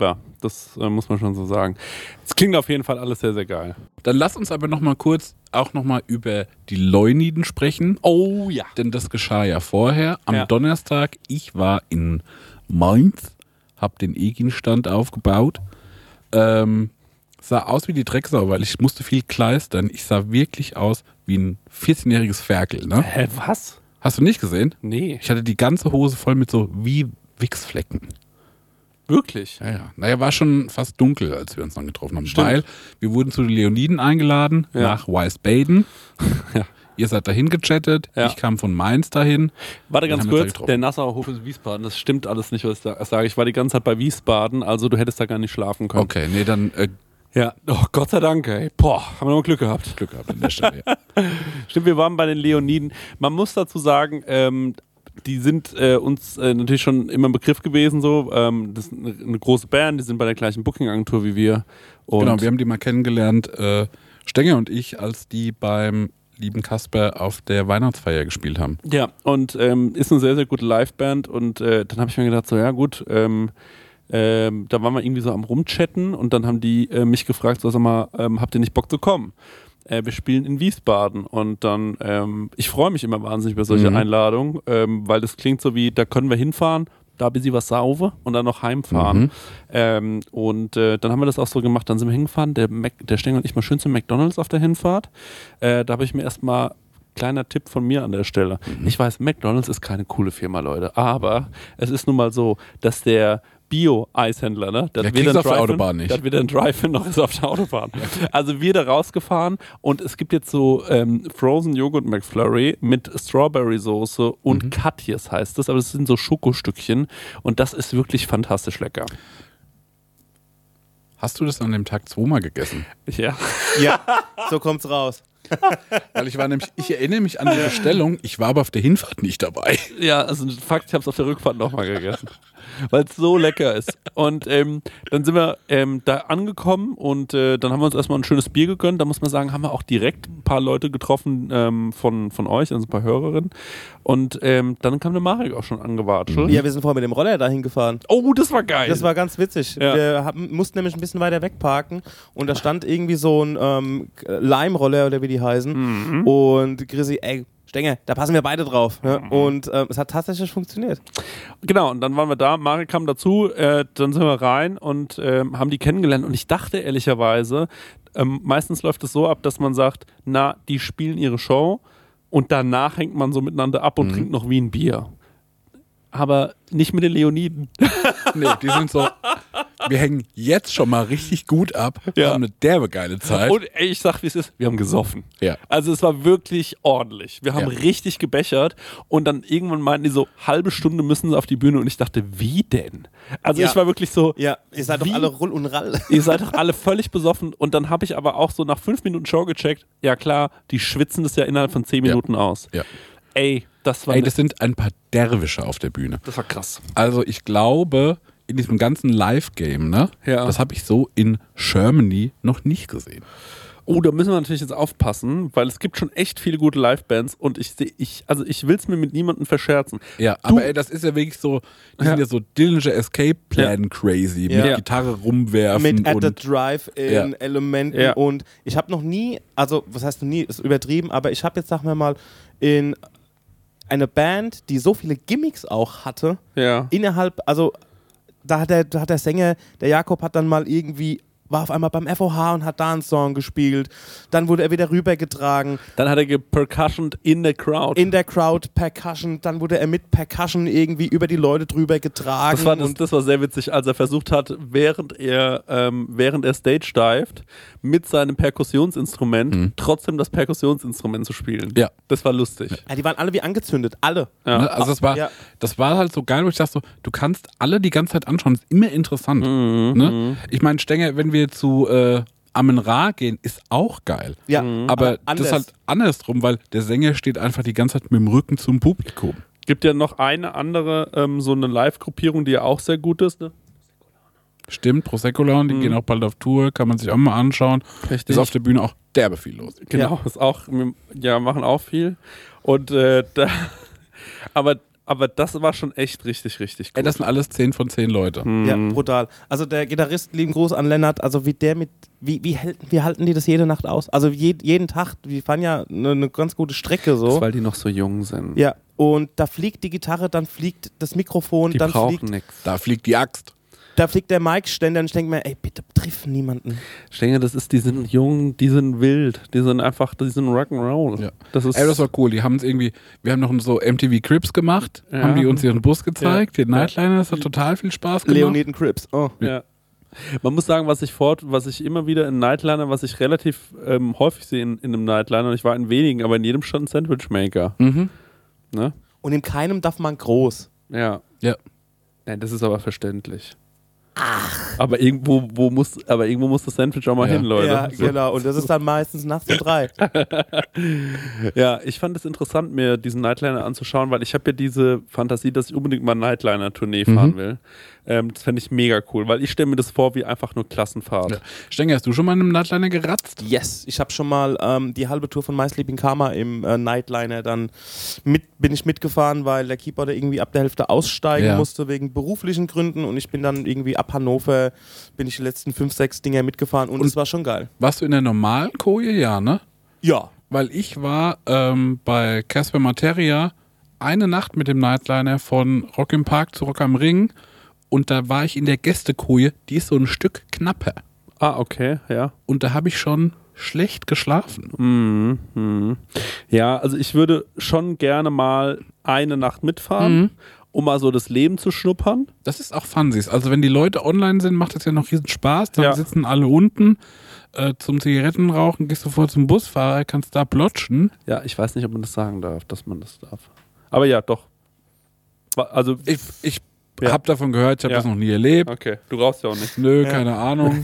Speaker 2: Das äh, muss man schon so sagen. Es klingt auf jeden Fall alles sehr, sehr geil.
Speaker 3: Dann lass uns aber noch mal kurz auch noch mal über die Leuniden sprechen.
Speaker 2: Oh ja.
Speaker 3: Denn das geschah ja vorher. Am
Speaker 2: Ja.
Speaker 3: Donnerstag, ich war in Mainz, habe den Egin-Stand aufgebaut. Ähm, sah aus wie die Drecksau, weil ich musste viel kleistern. Ich sah wirklich aus wie ein vierzehnjähriges Ferkel. Ne?
Speaker 2: Hä, was?
Speaker 3: Hast du nicht gesehen?
Speaker 2: Nee.
Speaker 3: Ich hatte die ganze Hose voll mit so wie Wichsflecken.
Speaker 2: Wirklich?
Speaker 3: Ja, ja. Naja, war schon fast dunkel, als wir uns dann getroffen haben.
Speaker 2: Stimmt.
Speaker 3: Weil wir wurden zu den Leoniden eingeladen,
Speaker 2: Ja.
Speaker 3: nach Wiesbaden.
Speaker 2: Ja.
Speaker 3: Ihr seid dahin gechattet.
Speaker 2: Ja.
Speaker 3: Ich kam von Mainz dahin.
Speaker 2: Warte
Speaker 3: Dann
Speaker 2: ganz
Speaker 3: haben wir uns da
Speaker 2: kurz,
Speaker 3: getroffen.
Speaker 2: der Nassauer Hof ist Wiesbaden. Das stimmt alles nicht, was ich da sage. Ich war die ganze Zeit bei Wiesbaden, also du hättest da gar nicht schlafen können.
Speaker 3: Okay, nee, dann äh,
Speaker 2: Ja, oh, Gott sei Dank, ey. Boah, haben wir noch Glück gehabt.
Speaker 3: Glück gehabt an der Stelle. Ja.
Speaker 2: Stimmt, wir waren bei den Leoniden. Man muss dazu sagen, ähm, die sind äh, uns äh, natürlich schon immer ein Begriff gewesen. So. Ähm, das ist eine, eine große Band, die sind bei der gleichen Booking-Agentur wie wir. Und
Speaker 3: Genau, wir haben die mal kennengelernt, äh, Stenger und ich, als die beim lieben Kasper auf der Weihnachtsfeier gespielt haben.
Speaker 2: Ja, und ähm, ist eine sehr, sehr gute Liveband. Und äh, dann habe ich mir gedacht, so ja gut, ähm, ähm, da waren wir irgendwie so am Rumchatten und dann haben die äh, mich gefragt, so sag mal, ähm, habt ihr nicht Bock zu kommen? Äh, wir spielen in Wiesbaden und dann, ähm, ich freue mich immer wahnsinnig über solche
Speaker 3: Mhm.
Speaker 2: Einladungen, ähm, weil das klingt so wie, da können wir hinfahren, da bis sie was saufe und dann noch heimfahren.
Speaker 3: Mhm.
Speaker 2: Ähm, und äh, dann haben wir das auch so gemacht, dann sind wir hingefahren, der, Mac, der Stenger und ich mal schön zum McDonalds auf der Hinfahrt. Äh, da habe ich mir erstmal, kleiner Tipp von mir an der Stelle,
Speaker 3: Mhm.
Speaker 2: ich weiß, McDonalds ist keine coole Firma, Leute, aber es ist nun mal so, dass der Bio-Eishändler, ne? Der
Speaker 3: Ja,
Speaker 2: hat
Speaker 3: kriegst
Speaker 2: weder
Speaker 3: du
Speaker 2: einen
Speaker 3: auf der
Speaker 2: Drive-In-
Speaker 3: Autobahn nicht.
Speaker 2: Der hat weder einen Drive-In noch ist er auf der Autobahn. Also wir da rausgefahren und es gibt jetzt so ähm, Frozen Joghurt McFlurry mit Strawberry-Soße und
Speaker 3: Mhm.
Speaker 2: Katjes heißt das, aber es sind so Schokostückchen und das ist wirklich fantastisch lecker.
Speaker 3: Hast du das an dem Tag zweimal gegessen?
Speaker 2: Ja.
Speaker 4: Ja, so kommt's raus.
Speaker 3: Weil ich war nämlich, ich erinnere mich an die Bestellung, ich war aber auf der Hinfahrt nicht dabei.
Speaker 2: Ja, also Fakt, ich habe es auf der Rückfahrt nochmal gegessen, weil es so lecker ist. Und ähm, dann sind wir ähm, da angekommen und äh, dann haben wir uns erstmal ein schönes Bier gegönnt. Da muss man sagen, haben wir auch direkt ein paar Leute getroffen ähm, von, von euch, also ein paar Hörerinnen. Und ähm, dann kam der Marek auch schon angewatschelt.
Speaker 4: Ja, wir sind vorher mit dem Roller dahin gefahren.
Speaker 2: Oh, das war geil.
Speaker 4: Das war ganz witzig.
Speaker 2: Ja.
Speaker 4: Wir haben, mussten nämlich ein bisschen weiter wegparken und da stand irgendwie so ein ähm, Leimroller oder wie die heißen.
Speaker 2: Mhm.
Speaker 4: Und Chrissy, ey, Stenger, da passen wir beide drauf. Ne? Und ähm, es hat tatsächlich funktioniert.
Speaker 2: Genau, und dann waren wir da, Marek kam dazu, äh, dann sind wir rein und ähm, haben die kennengelernt. Und ich dachte ehrlicherweise, ähm, meistens läuft es so ab, dass man sagt, na, die spielen ihre Show und danach hängt man so miteinander ab und
Speaker 3: Mhm.
Speaker 2: trinkt noch wie ein Bier. Aber nicht mit den Leoniden.
Speaker 3: Nee, die sind so, wir hängen jetzt schon mal richtig gut ab,
Speaker 2: Ja.
Speaker 3: haben eine derbe geile Zeit.
Speaker 2: Und ey, ich sag, wie es ist, wir haben gesoffen.
Speaker 3: Ja.
Speaker 2: Also es war wirklich ordentlich. Wir haben
Speaker 3: Ja.
Speaker 2: richtig gebechert und dann irgendwann meinten die so, halbe Stunde müssen sie auf die Bühne und ich dachte, wie denn? Also
Speaker 4: Ja.
Speaker 2: ich war wirklich so,
Speaker 4: Ja, ihr seid
Speaker 2: Wie?
Speaker 4: doch alle Rull und Rall.
Speaker 2: ihr seid doch alle völlig besoffen und dann habe ich aber auch so nach fünf Minuten Show gecheckt, ja klar, die schwitzen das ja innerhalb von zehn
Speaker 3: Ja.
Speaker 2: Minuten aus.
Speaker 3: Ja.
Speaker 2: Ey, das war,
Speaker 3: Ey,
Speaker 2: ne-
Speaker 3: das sind ein paar Derwische auf der Bühne.
Speaker 2: das war krass.
Speaker 3: Also ich glaube, in diesem ganzen Live-Game, ne,
Speaker 2: Ja.
Speaker 3: das habe ich so in Germany noch nicht gesehen.
Speaker 2: Oh, da müssen wir natürlich jetzt aufpassen, weil es gibt schon echt viele gute Live-Bands und ich sehe, ich, also ich will es mir mit niemandem verscherzen.
Speaker 3: Ja, aber ey, das ist ja wirklich so, die
Speaker 2: Ja.
Speaker 3: sind ja so Dillinger Escape Plan crazy,
Speaker 4: Ja.
Speaker 3: mit Gitarre rumwerfen
Speaker 4: Mit At the
Speaker 3: und
Speaker 4: Drive-In-Elementen
Speaker 2: Ja.
Speaker 4: und ich habe noch nie, also was heißt noch nie, ist übertrieben, aber ich habe jetzt, sagen wir mal, in eine Band, die so viele Gimmicks auch hatte,
Speaker 2: Ja.
Speaker 4: innerhalb, also da hat der, da hat der Sänger, der Jakob hat dann mal irgendwie, war auf einmal beim F O H und hat da einen Song gespielt, dann wurde er wieder rübergetragen,
Speaker 2: Dann hat er gepercussioned in der Crowd.
Speaker 4: in der Crowd Percussion, dann wurde er mit Percussion irgendwie über die Leute drüber getragen.
Speaker 2: Das war, das,
Speaker 4: und
Speaker 2: das war sehr witzig, als er versucht hat, während er, ähm, während er Stage dived, mit seinem Perkussionsinstrument
Speaker 3: Mhm.
Speaker 2: trotzdem das Perkussionsinstrument zu spielen.
Speaker 3: Ja.
Speaker 2: Das war lustig.
Speaker 4: ja, die waren alle wie angezündet, alle.
Speaker 2: Ja.
Speaker 3: Ne? Also das war,
Speaker 4: Ja.
Speaker 3: das war halt so geil, wo ich dachte so, du kannst alle die ganze Zeit anschauen, ist immer interessant.
Speaker 2: Mhm.
Speaker 3: Ne? Ich meine, Stenger, wenn wir zu äh, Amen-Ra gehen, ist auch geil.
Speaker 4: Ja,
Speaker 3: Aber
Speaker 4: anders.
Speaker 3: das ist halt andersrum, weil der Sänger steht einfach die ganze Zeit mit dem Rücken zum Publikum.
Speaker 2: Gibt ja noch eine andere, ähm, so eine Live-Gruppierung, die ja auch sehr gut ist. Ne?
Speaker 3: Stimmt, Prosecco Laune, die gehen auch bald auf Tour, kann man sich auch mal anschauen.
Speaker 2: Richtig.
Speaker 3: Ist auf der Bühne auch derbe viel los.
Speaker 2: Genau, ist auch, ja, machen auch viel. Und äh, da, aber aber das war schon echt richtig, richtig gut.
Speaker 3: Ey, das sind alles zehn von zehn Leute.
Speaker 2: Mhm.
Speaker 4: Ja, brutal. Also der Gitarrist, lieben Gruß an Lennart, also wie der mit, wie, wie, hält, wie halten die das jede Nacht aus? Also je, jeden Tag, wir fahren ja eine, eine ganz gute Strecke so.
Speaker 2: Das, weil die noch so jung sind.
Speaker 4: Ja, und da fliegt die Gitarre, dann fliegt das Mikrofon,
Speaker 2: Die
Speaker 4: dann
Speaker 2: brauchen
Speaker 4: fliegt,
Speaker 2: nichts.
Speaker 3: Da fliegt die Axt.
Speaker 4: da fliegt der Mic-Ständer und ich denke mir, ey, bitte triff niemanden.
Speaker 2: Ich denke, das ist, die sind jung, die sind wild, die sind einfach, die sind Rock'n'Roll.
Speaker 3: Ja.
Speaker 2: Das ist,
Speaker 3: Ey, das war cool. Die haben es irgendwie, wir haben noch so M T V Cribs gemacht,
Speaker 2: Ja.
Speaker 3: haben die uns ihren Bus gezeigt,
Speaker 2: Ja.
Speaker 3: den Nightliner, das hat total viel Spaß gemacht.
Speaker 4: Leoniden Crips. Oh.
Speaker 2: ja. Man muss sagen, was ich fort, was ich immer wieder in Nightliner, was ich relativ ähm, häufig sehe in, in einem Nightliner, und ich war in wenigen, aber in jedem stand ein Sandwichmaker.
Speaker 3: Mhm.
Speaker 2: Ne?
Speaker 4: Und in keinem darf man groß.
Speaker 2: Ja.
Speaker 3: Ja.
Speaker 2: Nein, das ist aber verständlich. Ach. Aber irgendwo, wo muss, aber irgendwo muss das Sandwich auch mal
Speaker 3: Ja.
Speaker 2: hin, Leute.
Speaker 4: Ja,
Speaker 2: So.
Speaker 4: genau. Und das ist dann meistens nachts um drei.
Speaker 2: Ja, ich fand es interessant, mir diesen Nightliner anzuschauen, weil ich habe ja diese Fantasie, dass ich unbedingt mal Nightliner-Tournee fahren
Speaker 3: Mhm.
Speaker 2: will. Ähm, das fände ich mega cool, weil ich stelle mir das vor wie einfach nur Klassenfahrt.
Speaker 3: Ja. Stenger, hast du schon mal in einem Nightliner geratzt?
Speaker 4: Yes, ich habe schon mal ähm, die halbe Tour von My Sleeping Karma im äh, Nightliner dann mit, bin ich mitgefahren, weil der Keyboarder irgendwie ab der Hälfte aussteigen
Speaker 3: Ja.
Speaker 4: musste wegen beruflichen Gründen und ich bin dann irgendwie ab Hannover, bin ich die letzten fünf, sechs Dinger mitgefahren und es war schon geil.
Speaker 3: Warst du in der normalen Koje? Ja, ne?
Speaker 4: Ja.
Speaker 3: Weil ich war ähm, bei Casper Materia eine Nacht mit dem Nightliner von Rock im Park zu Rock am Ring und da war ich in der Gästekoje, die ist so ein Stück knapper
Speaker 2: Ah, okay, ja.
Speaker 3: und da habe ich schon schlecht geschlafen.
Speaker 2: Mhm, mhm. Ja, also ich würde schon gerne mal eine Nacht mitfahren,
Speaker 3: Mhm.
Speaker 2: um mal so das Leben zu schnuppern.
Speaker 3: Das ist auch Funsies. Also wenn die Leute online sind, macht das ja noch riesen Spaß. Dann
Speaker 2: Ja.
Speaker 3: sitzen alle unten äh, zum Zigarettenrauchen, gehst du vor zum Busfahrer, kannst da plotschen.
Speaker 2: Ja, ich weiß nicht, ob man das sagen darf, dass man das darf. Aber ja, doch. Wa- Also,
Speaker 3: Ich, ich
Speaker 2: Ja.
Speaker 3: habe davon gehört, ich habe
Speaker 2: Ja.
Speaker 3: das noch nie erlebt.
Speaker 2: okay, du rauchst ja auch nicht.
Speaker 3: Nö, keine Ahnung.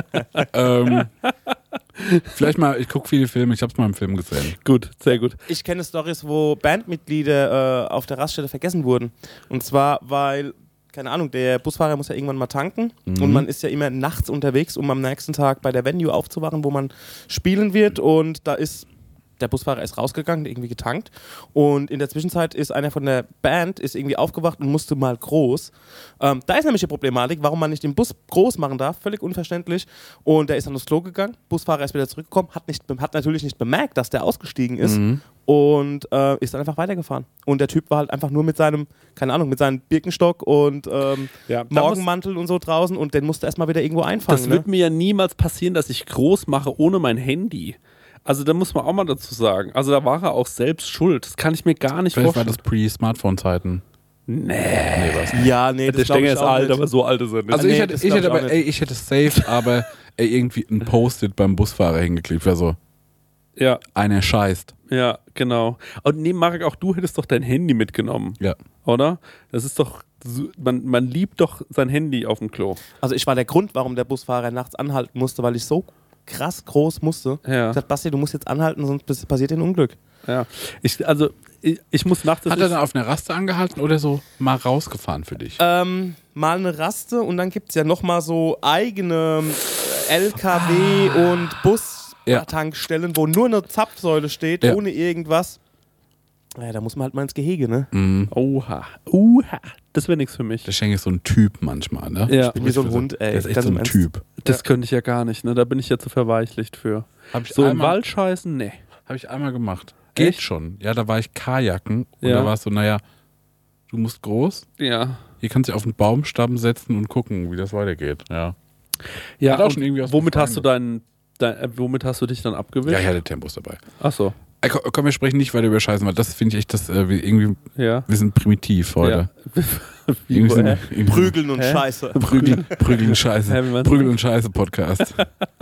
Speaker 3: ähm, vielleicht mal, ich gucke viele Filme, ich habe es mal im Film gesehen.
Speaker 2: Gut, sehr gut.
Speaker 4: Ich kenne Storys, wo Bandmitglieder äh, auf der Raststätte vergessen wurden. Und zwar, weil, keine Ahnung, der Busfahrer muss ja irgendwann mal tanken
Speaker 3: Mhm.
Speaker 4: und man ist ja immer nachts unterwegs, um am nächsten Tag bei der Venue aufzuwachen, wo man spielen wird und da ist der Busfahrer ist rausgegangen, irgendwie getankt und in der Zwischenzeit ist einer von der Band ist irgendwie aufgewacht und musste mal groß. Ähm, da ist nämlich die Problematik, warum man nicht den Bus groß machen darf, völlig unverständlich. Und der ist dann aufs Klo gegangen, Busfahrer ist wieder zurückgekommen, hat, nicht, hat natürlich nicht bemerkt, dass der ausgestiegen ist
Speaker 3: Mhm.
Speaker 4: und äh, ist dann einfach weitergefahren. Und der Typ war halt einfach nur mit seinem, keine Ahnung, mit seinem Birkenstock und ähm,
Speaker 2: Ja, da
Speaker 4: Morgenmantel und so draußen und den musste erstmal wieder irgendwo einfangen.
Speaker 2: Das
Speaker 4: ne?
Speaker 2: wird mir ja niemals passieren, dass ich groß mache ohne mein Handy. Also da muss man auch mal dazu sagen. Also da war er auch selbst schuld. Das kann ich mir gar nicht
Speaker 3: Vielleicht war
Speaker 2: vorstellen.
Speaker 3: das Pre-Smartphone-Zeiten.
Speaker 2: Nee.
Speaker 3: Nee, was?
Speaker 4: Ja, nee,
Speaker 2: Der
Speaker 4: das glaub
Speaker 2: Stenger
Speaker 4: ich
Speaker 2: ist
Speaker 4: auch
Speaker 2: alt,
Speaker 4: nicht.
Speaker 2: aber so alt ist er nicht.
Speaker 3: Also
Speaker 4: nee,
Speaker 3: ich hätte,
Speaker 4: das
Speaker 3: ich
Speaker 4: glaub
Speaker 3: hätte
Speaker 4: ich auch
Speaker 3: aber,
Speaker 4: nicht.
Speaker 3: ey, ich hätte safe, aber ey, irgendwie ein Post-it beim Busfahrer hingeklebt. Wäre so,
Speaker 2: ja,
Speaker 3: einer scheißt.
Speaker 2: ja, genau. Und nee, Marek, auch du hättest doch dein Handy mitgenommen,
Speaker 3: Ja.
Speaker 2: oder? Das ist doch, so- man, man liebt doch sein Handy auf dem Klo.
Speaker 4: Also ich war der Grund, warum der Busfahrer nachts anhalten musste, weil ich so krass groß musste.
Speaker 2: Ja.
Speaker 4: Ich hab gesagt, Basti, du musst jetzt anhalten, sonst pass- passiert dir ein Unglück.
Speaker 2: Ja. Ich, also, ich, ich muss nachts. das
Speaker 3: Hat er
Speaker 2: ist-
Speaker 3: dann auf einer Raste angehalten oder so mal rausgefahren für dich?
Speaker 4: Ähm, mal eine Raste und dann gibt es ja nochmal so eigene L K W
Speaker 3: Ah.
Speaker 4: und Bus-Tankstellen, wo nur eine Zapfsäule steht,
Speaker 3: Ja.
Speaker 4: ohne irgendwas. Ja, da muss man halt mal ins Gehege, ne?
Speaker 3: Mhm.
Speaker 2: Oha. Oha. Das wäre nichts für mich.
Speaker 3: Der Schenk ist so ein Typ manchmal, ne?
Speaker 2: Ja.
Speaker 4: Wie so ein Hund, ey.
Speaker 3: Der ist echt
Speaker 4: Ganz
Speaker 3: so
Speaker 4: im
Speaker 3: ein
Speaker 4: Ernst.
Speaker 3: Typ.
Speaker 2: Das könnte ich ja gar nicht, ne? Da bin ich ja zu verweichlicht für.
Speaker 3: Hab ich
Speaker 2: So im
Speaker 3: einmal-
Speaker 2: Wald scheißen? Nee.
Speaker 3: Habe ich einmal gemacht. Geht
Speaker 2: Echt?
Speaker 3: schon. Ja, da war ich Kajaken und
Speaker 2: Ja.
Speaker 3: da war es so, naja, du musst groß,
Speaker 2: Ja.
Speaker 3: hier kannst du dich auf den Baumstamm setzen und gucken, wie das weitergeht. Ja,
Speaker 2: Ja,
Speaker 3: Hat auch
Speaker 2: und
Speaker 3: schon irgendwie was
Speaker 2: womit
Speaker 3: befreien
Speaker 2: hast du deinen, dein, äh, womit hast du dich dann abgewischt?
Speaker 3: ja ich hatte Tempos dabei.
Speaker 2: Ach so.
Speaker 3: Ey, komm, komm, wir sprechen nicht weiter über Scheißen, weil das finde ich echt, das, äh, wir irgendwie,
Speaker 2: Ja.
Speaker 3: wir sind primitiv heute.
Speaker 2: Ja. Wie,
Speaker 3: Irgendwie sind,
Speaker 2: hä?
Speaker 3: irgendwie
Speaker 4: Prügeln und
Speaker 2: Hä?
Speaker 4: Scheiße.
Speaker 3: Prügeln, Prügeln Scheiße.
Speaker 2: Hä, wie meinst du?
Speaker 3: Prügeln und Scheiße Podcast.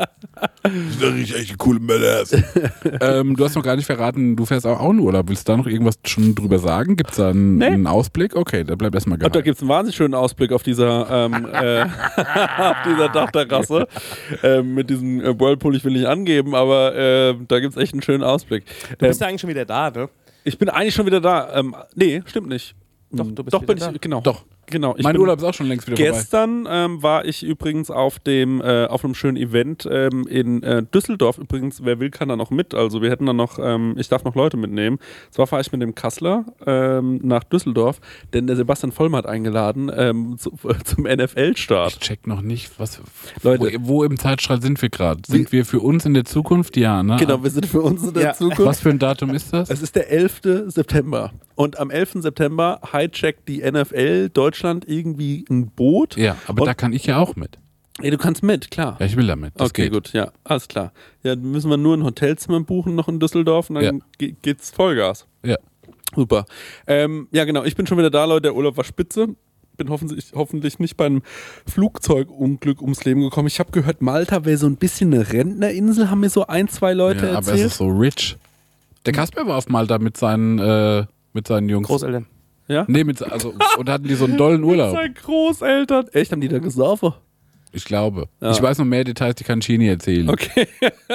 Speaker 3: Das ist richtig echt eine coole Männers. ähm, du hast noch gar nicht verraten, du fährst auch, auch in Urlaub. Willst du da noch irgendwas schon drüber sagen? Gibt es da einen,
Speaker 2: Nee.
Speaker 3: einen Ausblick? Okay, da bleibt erstmal
Speaker 2: Und da
Speaker 3: geheim.
Speaker 2: gibt es einen wahnsinnig schönen Ausblick auf dieser, ähm, äh, auf dieser Dachterrasse. ähm, mit diesem äh, Whirlpool, ich will nicht angeben, aber äh, da gibt es echt einen schönen Ausblick.
Speaker 4: Du
Speaker 2: Ähm,
Speaker 4: bist ja eigentlich schon wieder da, ne?
Speaker 2: ich bin eigentlich schon wieder da. Ähm, nee, stimmt nicht.
Speaker 4: Doch,
Speaker 2: Hm,
Speaker 4: du bist
Speaker 2: Doch,
Speaker 4: wieder
Speaker 2: bin
Speaker 4: da.
Speaker 2: ich, genau.
Speaker 3: Doch.
Speaker 2: Genau. Ich
Speaker 3: mein
Speaker 2: bin
Speaker 3: Urlaub ist auch schon längst wieder vorbei.
Speaker 2: Gestern ähm, war ich übrigens auf dem äh, auf einem schönen Event ähm, in äh, Düsseldorf. Übrigens, wer will, kann da noch mit. Also wir hätten da noch, ähm, ich darf noch Leute mitnehmen. Zwar fahre ich mit dem Kassler ähm, nach Düsseldorf, denn der Sebastian Vollmer hat eingeladen ähm, zu, äh, zum N F L-Start.
Speaker 3: Ich check noch nicht, was,
Speaker 2: Leute.
Speaker 3: wo, wo im Zeitstrahl sind wir gerade? Sind wir für uns in der Zukunft? Ja, ne?
Speaker 2: Genau, wir sind für uns in der
Speaker 4: Ja.
Speaker 2: Zukunft.
Speaker 3: Was für ein Datum ist das?
Speaker 2: Es ist der elfte September. Und am elften September hijackt die N F L Deutschland irgendwie ein Boot.
Speaker 3: Ja, aber
Speaker 2: Und-
Speaker 3: da kann ich ja auch mit.
Speaker 2: Ey, du kannst mit, klar.
Speaker 3: Ja, ich will damit. Das
Speaker 2: Okay,
Speaker 3: geht.
Speaker 2: gut, ja, alles klar. Ja, dann müssen wir nur ein Hotelzimmer buchen noch in Düsseldorf und dann
Speaker 3: Ja.
Speaker 2: ge- geht's Vollgas.
Speaker 3: Ja.
Speaker 2: Super. Ähm, ja, genau, ich bin schon wieder da, Leute. Der Urlaub war spitze. Bin hoffentlich, hoffentlich nicht beim Flugzeugunglück ums Leben gekommen. Ich habe gehört, Malta wäre so ein bisschen eine Rentnerinsel, haben mir so ein, zwei Leute
Speaker 3: Ja, aber es
Speaker 2: erzählt.
Speaker 3: ist so rich. Der Kasper war auf Malta mit seinen, äh, mit seinen Jungs.
Speaker 4: Großeltern.
Speaker 2: Ja?
Speaker 3: Nee, mit, also, und hatten die so einen dollen Urlaub.
Speaker 2: Seine Großeltern. Echt, haben die da gesoffen?
Speaker 3: Ich glaube.
Speaker 2: Ja.
Speaker 3: Ich weiß noch mehr Details, die kann Chini erzählen.
Speaker 2: Okay.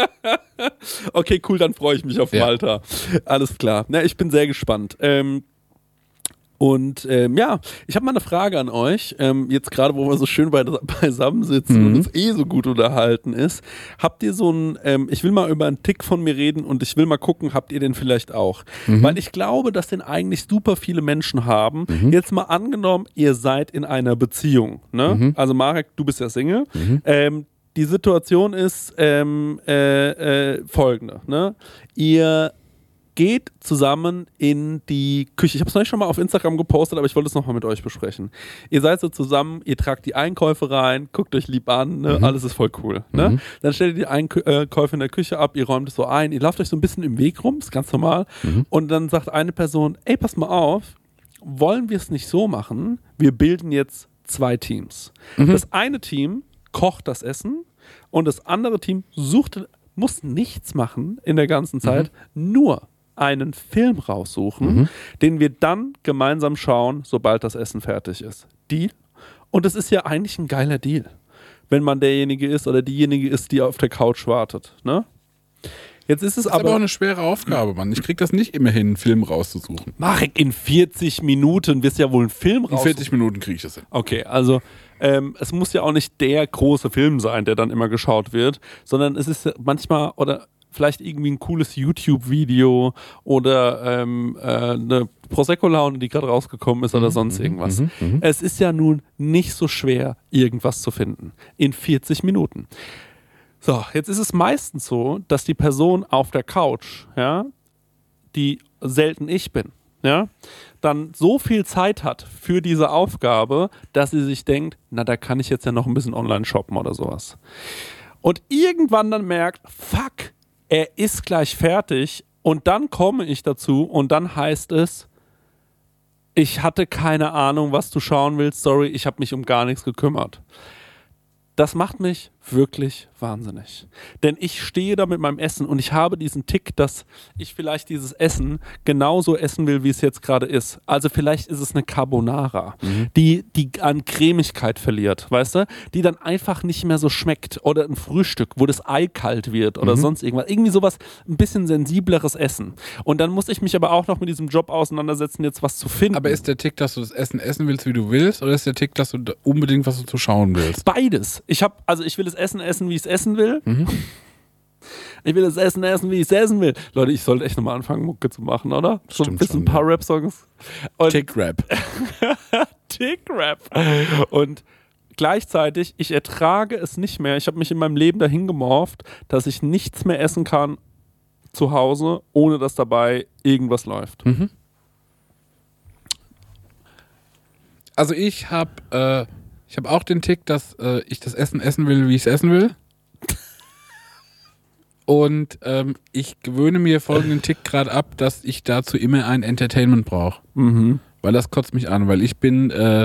Speaker 2: Okay, cool, dann freue ich mich auf
Speaker 3: Ja.
Speaker 2: Malta. Alles klar. Na, ich bin sehr gespannt. Ähm, und ähm, ja, ich habe mal eine Frage an euch. Ähm, jetzt gerade, wo wir so schön bei, beisammensitzen
Speaker 3: Mhm.
Speaker 2: und es eh so gut unterhalten ist, habt ihr so ein, ähm, ich will mal über einen Tick von mir reden und ich will mal gucken, habt ihr den vielleicht auch?
Speaker 3: Mhm.
Speaker 2: Weil ich glaube, dass den eigentlich super viele Menschen haben.
Speaker 3: Mhm.
Speaker 2: Jetzt mal angenommen, ihr seid in einer Beziehung. Ne?
Speaker 3: Mhm.
Speaker 2: Also Marek, du bist ja Single.
Speaker 3: Mhm.
Speaker 2: Ähm, die Situation ist ähm, äh, äh, folgende. Ne? Ihr geht zusammen in die Küche. Ich habe es neulich schon mal auf Instagram gepostet, aber ich wollte es nochmal mit euch besprechen. Ihr seid so zusammen, ihr tragt die Einkäufe rein, guckt euch lieb an, ne?
Speaker 3: Mhm.
Speaker 2: Alles ist voll cool. Ne?
Speaker 3: Mhm.
Speaker 2: Dann stellt ihr die Einkäufe in der Küche ab, ihr räumt es so ein, ihr lauft euch so ein bisschen im Weg rum, ist ganz normal.
Speaker 3: Mhm.
Speaker 2: Und dann sagt eine Person, ey, pass mal auf, wollen wir es nicht so machen, wir bilden jetzt zwei Teams.
Speaker 3: Mhm.
Speaker 2: Das eine Team kocht das Essen und das andere Team sucht, muss nichts machen in der ganzen Zeit, nur einen Film raussuchen,
Speaker 3: Mhm.
Speaker 2: den wir dann gemeinsam schauen, sobald das Essen fertig ist. Deal? Und es ist ja eigentlich ein geiler Deal, wenn man derjenige ist oder diejenige ist, die auf der Couch wartet. Ne? Jetzt ist es
Speaker 3: Das ist aber,
Speaker 2: aber,
Speaker 3: auch eine schwere Aufgabe, Mann. Ich krieg das nicht immer hin, einen Film rauszusuchen.
Speaker 2: Marek, in vierzig Minuten wirst du ja wohl einen Film
Speaker 3: In
Speaker 2: raussuchen.
Speaker 3: vierzig Minuten kriege ich das hin.
Speaker 2: Okay, also ähm, es muss ja auch nicht der große Film sein, der dann immer geschaut wird, sondern es ist ja manchmal oder vielleicht irgendwie ein cooles YouTube-Video oder ähm, äh, eine Prosecco-Laune, die gerade rausgekommen ist oder sonst irgendwas.
Speaker 3: mhm, mhm.
Speaker 2: Es ist ja nun nicht so schwer, irgendwas zu finden. In vierzig Minuten. So, jetzt ist es meistens so, dass die Person auf der Couch, ja, die selten ich bin, ja, dann so viel Zeit hat für diese Aufgabe, dass sie sich denkt, na, da kann ich jetzt ja noch ein bisschen online shoppen oder sowas. Und irgendwann dann merkt, fuck, er ist gleich fertig und dann komme ich dazu und dann heißt es, ich hatte keine Ahnung, was du schauen willst, sorry, ich habe mich um gar nichts gekümmert. Das macht mich wirklich wahnsinnig. Denn ich stehe da mit meinem Essen und ich habe diesen Tick, dass ich vielleicht dieses Essen genauso essen will, wie es jetzt gerade ist. Also vielleicht ist es eine Carbonara,
Speaker 3: Mhm.
Speaker 2: die, die an Cremigkeit verliert, weißt du? Die dann einfach nicht mehr so schmeckt. Oder ein Frühstück, wo das Ei kalt wird oder
Speaker 3: Mhm.
Speaker 2: sonst irgendwas. Irgendwie sowas, ein bisschen sensibleres Essen. Und dann muss ich mich aber auch noch mit diesem Job auseinandersetzen, jetzt was zu finden.
Speaker 3: Aber ist der Tick, dass du das Essen essen willst, wie du willst, oder ist der Tick, dass du da unbedingt was zu schauen willst?
Speaker 2: Beides. Ich habe, also ich will das Essen essen, wie ich es essen will.
Speaker 3: Mhm.
Speaker 2: Ich will das Essen essen, wie ich es essen will. Leute, ich sollte echt nochmal anfangen, Mucke zu machen, oder? So ein
Speaker 3: Stimmt
Speaker 2: bisschen
Speaker 3: schon,
Speaker 2: ein paar
Speaker 3: ja.
Speaker 2: Rap-Songs. Und
Speaker 3: Tick-Rap.
Speaker 2: Tick-Rap. Und gleichzeitig, ich ertrage es nicht mehr. Ich habe mich in meinem Leben dahin gemorpht, dass ich nichts mehr essen kann zu Hause, ohne dass dabei irgendwas läuft.
Speaker 3: Mhm. Also ich habe äh, ich habe auch den Tick, dass äh, ich das Essen essen will, wie ich es essen will. Und ähm, ich gewöhne mir folgenden Tick gerade ab, dass ich dazu immer ein Entertainment brauche.
Speaker 2: Mhm.
Speaker 3: Weil das kotzt mich an, weil ich bin äh,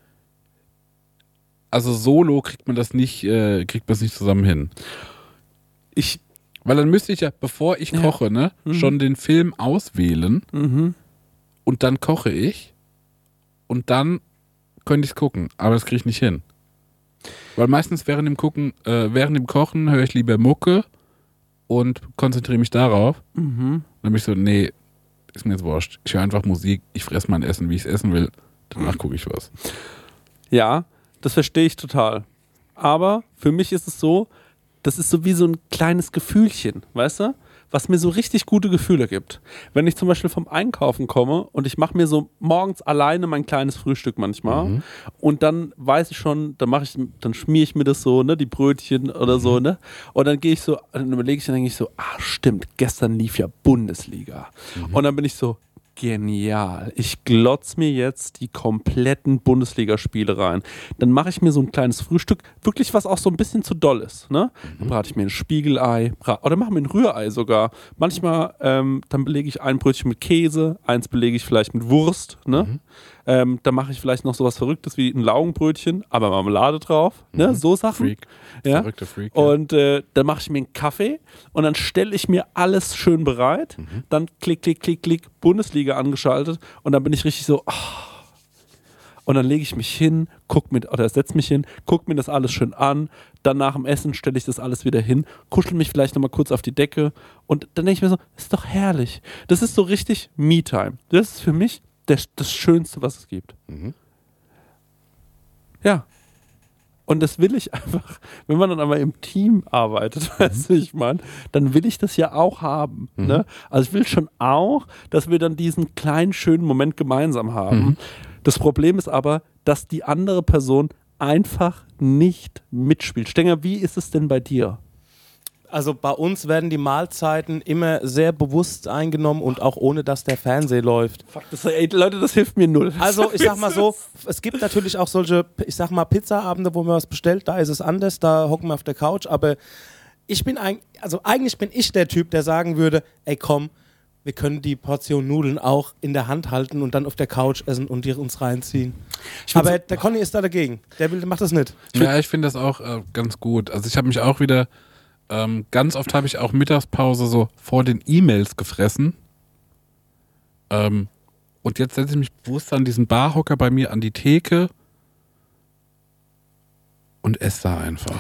Speaker 3: also solo kriegt man das nicht, äh, kriegt man es nicht zusammen hin.
Speaker 2: Ich,
Speaker 3: Weil dann müsste ich ja, bevor ich
Speaker 2: Ja.
Speaker 3: koche, ne,
Speaker 2: Mhm.
Speaker 3: schon den Film auswählen
Speaker 2: mhm.
Speaker 3: und dann koche ich und dann könnte ich es gucken, aber das kriege ich nicht hin. Weil meistens während dem Gucken, äh, während dem Kochen höre ich lieber Mucke und konzentriere mich darauf.
Speaker 2: Mhm.
Speaker 3: Dann bin ich so, nee, ist mir jetzt wurscht. Ich höre einfach Musik, ich fresse mein Essen, wie ich es essen will. danach gucke ich was.
Speaker 2: Ja, das verstehe ich total. Aber für mich ist es so, das ist so wie so ein kleines Gefühlchen, weißt du? Was mir so richtig gute Gefühle gibt. Wenn ich zum Beispiel vom Einkaufen komme und ich mache mir so morgens alleine mein kleines Frühstück manchmal mhm. und dann weiß ich schon, dann mache ich, dann schmiere ich mir das so, ne, die Brötchen oder mhm. so, ne? Und dann gehe ich so, dann überlege ich, dann denke ich so, ah stimmt, gestern lief ja Bundesliga. Mhm. Und dann bin ich so, genial. Ich glotz mir jetzt die kompletten Bundesligaspiele rein. Dann mache ich mir so ein kleines Frühstück, wirklich was auch so ein bisschen zu doll ist. Ne? Dann brate ich mir ein Spiegelei oder mache mir ein Rührei sogar. Manchmal, ähm, dann belege ich ein Brötchen mit Käse, eins belege ich vielleicht mit Wurst. Ne? Mhm. Ähm, dann mache ich vielleicht noch sowas Verrücktes wie ein Laugenbrötchen, aber Marmelade drauf. Mhm. Ne? So Sachen.
Speaker 3: Freak.
Speaker 2: Ja?
Speaker 3: Verrückter Freak. Ja.
Speaker 2: Und äh, dann mache ich mir einen Kaffee und dann stelle ich mir alles schön bereit. Mhm. Dann klick, klick, klick, klick, Bundesliga angeschaltet und dann bin ich richtig so, oh. Und dann lege ich mich hin, guck mit, oder setze mich hin, guck mir das alles schön an. Dann nach dem Essen stelle ich das alles wieder hin, kuschel mich vielleicht nochmal kurz auf die Decke und dann denke ich mir so, das ist doch herrlich. Das ist so richtig Me-Time. Das ist für mich das, das Schönste, was es gibt. Mhm. Ja. Und das will ich einfach, wenn man dann aber im Team arbeitet, mhm. weißt du, ich meine, dann will ich das ja auch haben. Mhm. Ne? Also ich will schon auch, dass wir dann diesen kleinen, schönen Moment gemeinsam haben. Mhm. Das Problem ist aber, dass die andere Person einfach nicht mitspielt. Stenger, wie ist es denn bei dir?
Speaker 4: Also bei uns werden die Mahlzeiten immer sehr bewusst eingenommen und auch ohne, dass der Fernseher läuft.
Speaker 2: Fuck, das, ey, Leute, das hilft mir null.
Speaker 4: Also ich sag mal so, es gibt natürlich auch solche, ich sag mal Pizzaabende, wo man was bestellt, da ist es anders, da hocken wir auf der Couch, aber ich bin eigentlich, also eigentlich bin ich der Typ, der sagen würde, ey komm, wir können die Portion Nudeln auch in der Hand halten und dann auf der Couch essen und die uns reinziehen. Aber so, der Conny ist da dagegen, der will, macht das nicht.
Speaker 3: Ja, ich finde das auch äh, ganz gut. Also ich habe mich auch wieder Ähm, ganz oft habe ich auch Mittagspause so vor den E-Mails gefressen. Ähm, und jetzt setze ich mich bewusst an diesen Barhocker bei mir an die Theke und esse da einfach.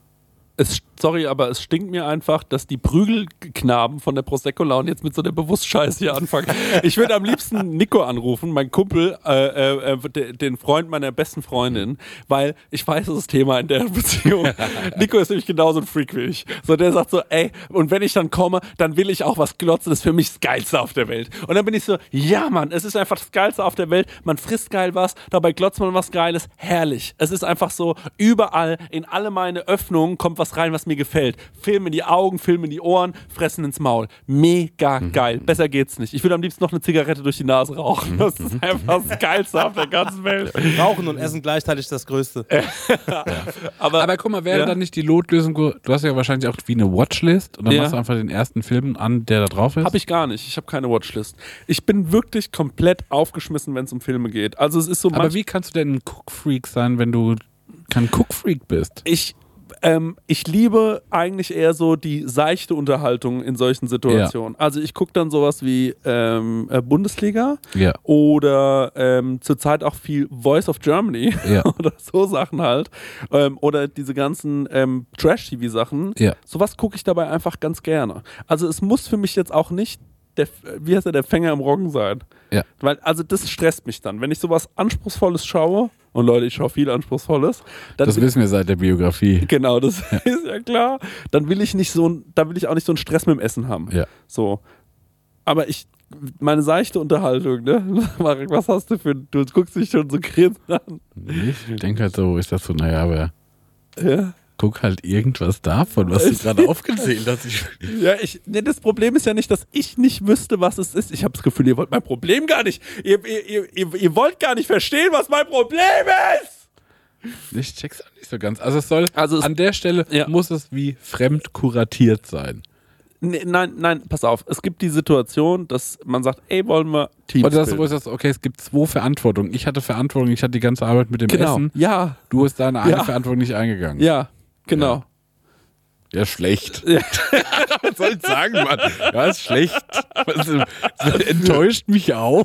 Speaker 2: Es, sorry, aber es stinkt mir einfach, dass die Prügelknaben von der Prosecco-Laune jetzt mit so der Bewusstscheiß hier anfangen. Ich würde am liebsten Nico anrufen, mein Kumpel, äh, äh, den Freund meiner besten Freundin, weil ich weiß, das ist Thema in der Beziehung. Nico ist nämlich genauso ein Freak wie ich. So, der sagt so, ey, und wenn ich dann komme, dann will ich auch was glotzen, das ist für mich das Geilste auf der Welt. Und dann bin ich so, ja Mann, es ist einfach das Geilste auf der Welt, man frisst geil was, dabei glotzt man was Geiles, herrlich. Es ist einfach so, überall, in alle meine Öffnungen kommt was rein, was mir gefällt. Film in die Augen, Film in die Ohren, fressen ins Maul. Mega mhm. geil. Besser geht's nicht. Ich würde am liebsten noch eine Zigarette durch die Nase rauchen. Das ist einfach das Geilste auf der ganzen Welt.
Speaker 4: Rauchen und Essen gleichzeitig das Größte.
Speaker 3: ja. aber, aber guck mal, wäre ja. dann nicht die Notlösung, du hast ja wahrscheinlich auch wie eine Watchlist und dann ja. machst du einfach den ersten Film an, der da drauf ist?
Speaker 2: Hab ich gar nicht. Ich habe keine Watchlist. Ich bin wirklich komplett aufgeschmissen, wenn es um Filme geht. Also es ist so.
Speaker 3: Aber wie kannst du denn ein Cook-Freak sein, wenn du kein Cook-Freak bist?
Speaker 2: Ich Ähm, ich liebe eigentlich eher so die seichte Unterhaltung in solchen Situationen. Ja. Also ich gucke dann sowas wie ähm, äh, Bundesliga
Speaker 3: ja.
Speaker 2: oder ähm, zurzeit auch viel Voice of Germany
Speaker 3: ja.
Speaker 2: oder so Sachen halt. Ähm, oder diese ganzen ähm, Trash-T V-Sachen.
Speaker 3: Ja.
Speaker 2: Sowas gucke ich dabei einfach ganz gerne. Also es muss für mich jetzt auch nicht der, wie heißt der, der Fänger im Roggen sein.
Speaker 3: Ja.
Speaker 2: Weil, also das stresst mich dann. Wenn ich sowas Anspruchsvolles schaue, und Leute, ich schaue viel Anspruchsvolles. Dann
Speaker 3: das wissen wir seit der Biografie.
Speaker 2: Genau, das
Speaker 3: ja.
Speaker 2: ist ja klar. Dann will ich nicht so, dann will ich auch nicht so einen Stress mit dem Essen haben.
Speaker 3: Ja.
Speaker 2: So. Aber ich, meine seichte Unterhaltung, ne? Marek, was hast du für, du guckst dich schon so grinsend an.
Speaker 3: Ich denke halt so, ist das so, naja, aber
Speaker 2: ja.
Speaker 3: guck halt irgendwas davon, was du gerade aufgezählt hast. Ich
Speaker 2: ja, ich, nee, das Problem ist ja nicht, dass ich nicht wüsste, was es ist. Ich habe das Gefühl, ihr wollt mein Problem gar nicht. Ihr, ihr, ihr, ihr wollt gar nicht verstehen, was mein Problem ist.
Speaker 3: Ich check's auch nicht so ganz. Also es soll,
Speaker 2: also es,
Speaker 3: an der Stelle
Speaker 2: ja.
Speaker 3: muss es wie fremd kuratiert sein.
Speaker 2: Nee, nein, nein, pass auf. Es gibt die Situation, dass man sagt, ey, wollen wir Teams
Speaker 3: Und das,
Speaker 2: bilden.
Speaker 3: wo ist das, okay, es gibt zwei Verantwortungen. Ich hatte Verantwortung, ich hatte die ganze Arbeit mit dem
Speaker 2: genau.
Speaker 3: Essen.
Speaker 2: Ja.
Speaker 3: Du hast deine eine
Speaker 2: ja.
Speaker 3: Verantwortung nicht eingegangen.
Speaker 2: Ja, genau.
Speaker 3: Ja, ja schlecht. Ja. Was soll ich sagen, Mann? Ja, ist schlecht. Das, das enttäuscht mich auch.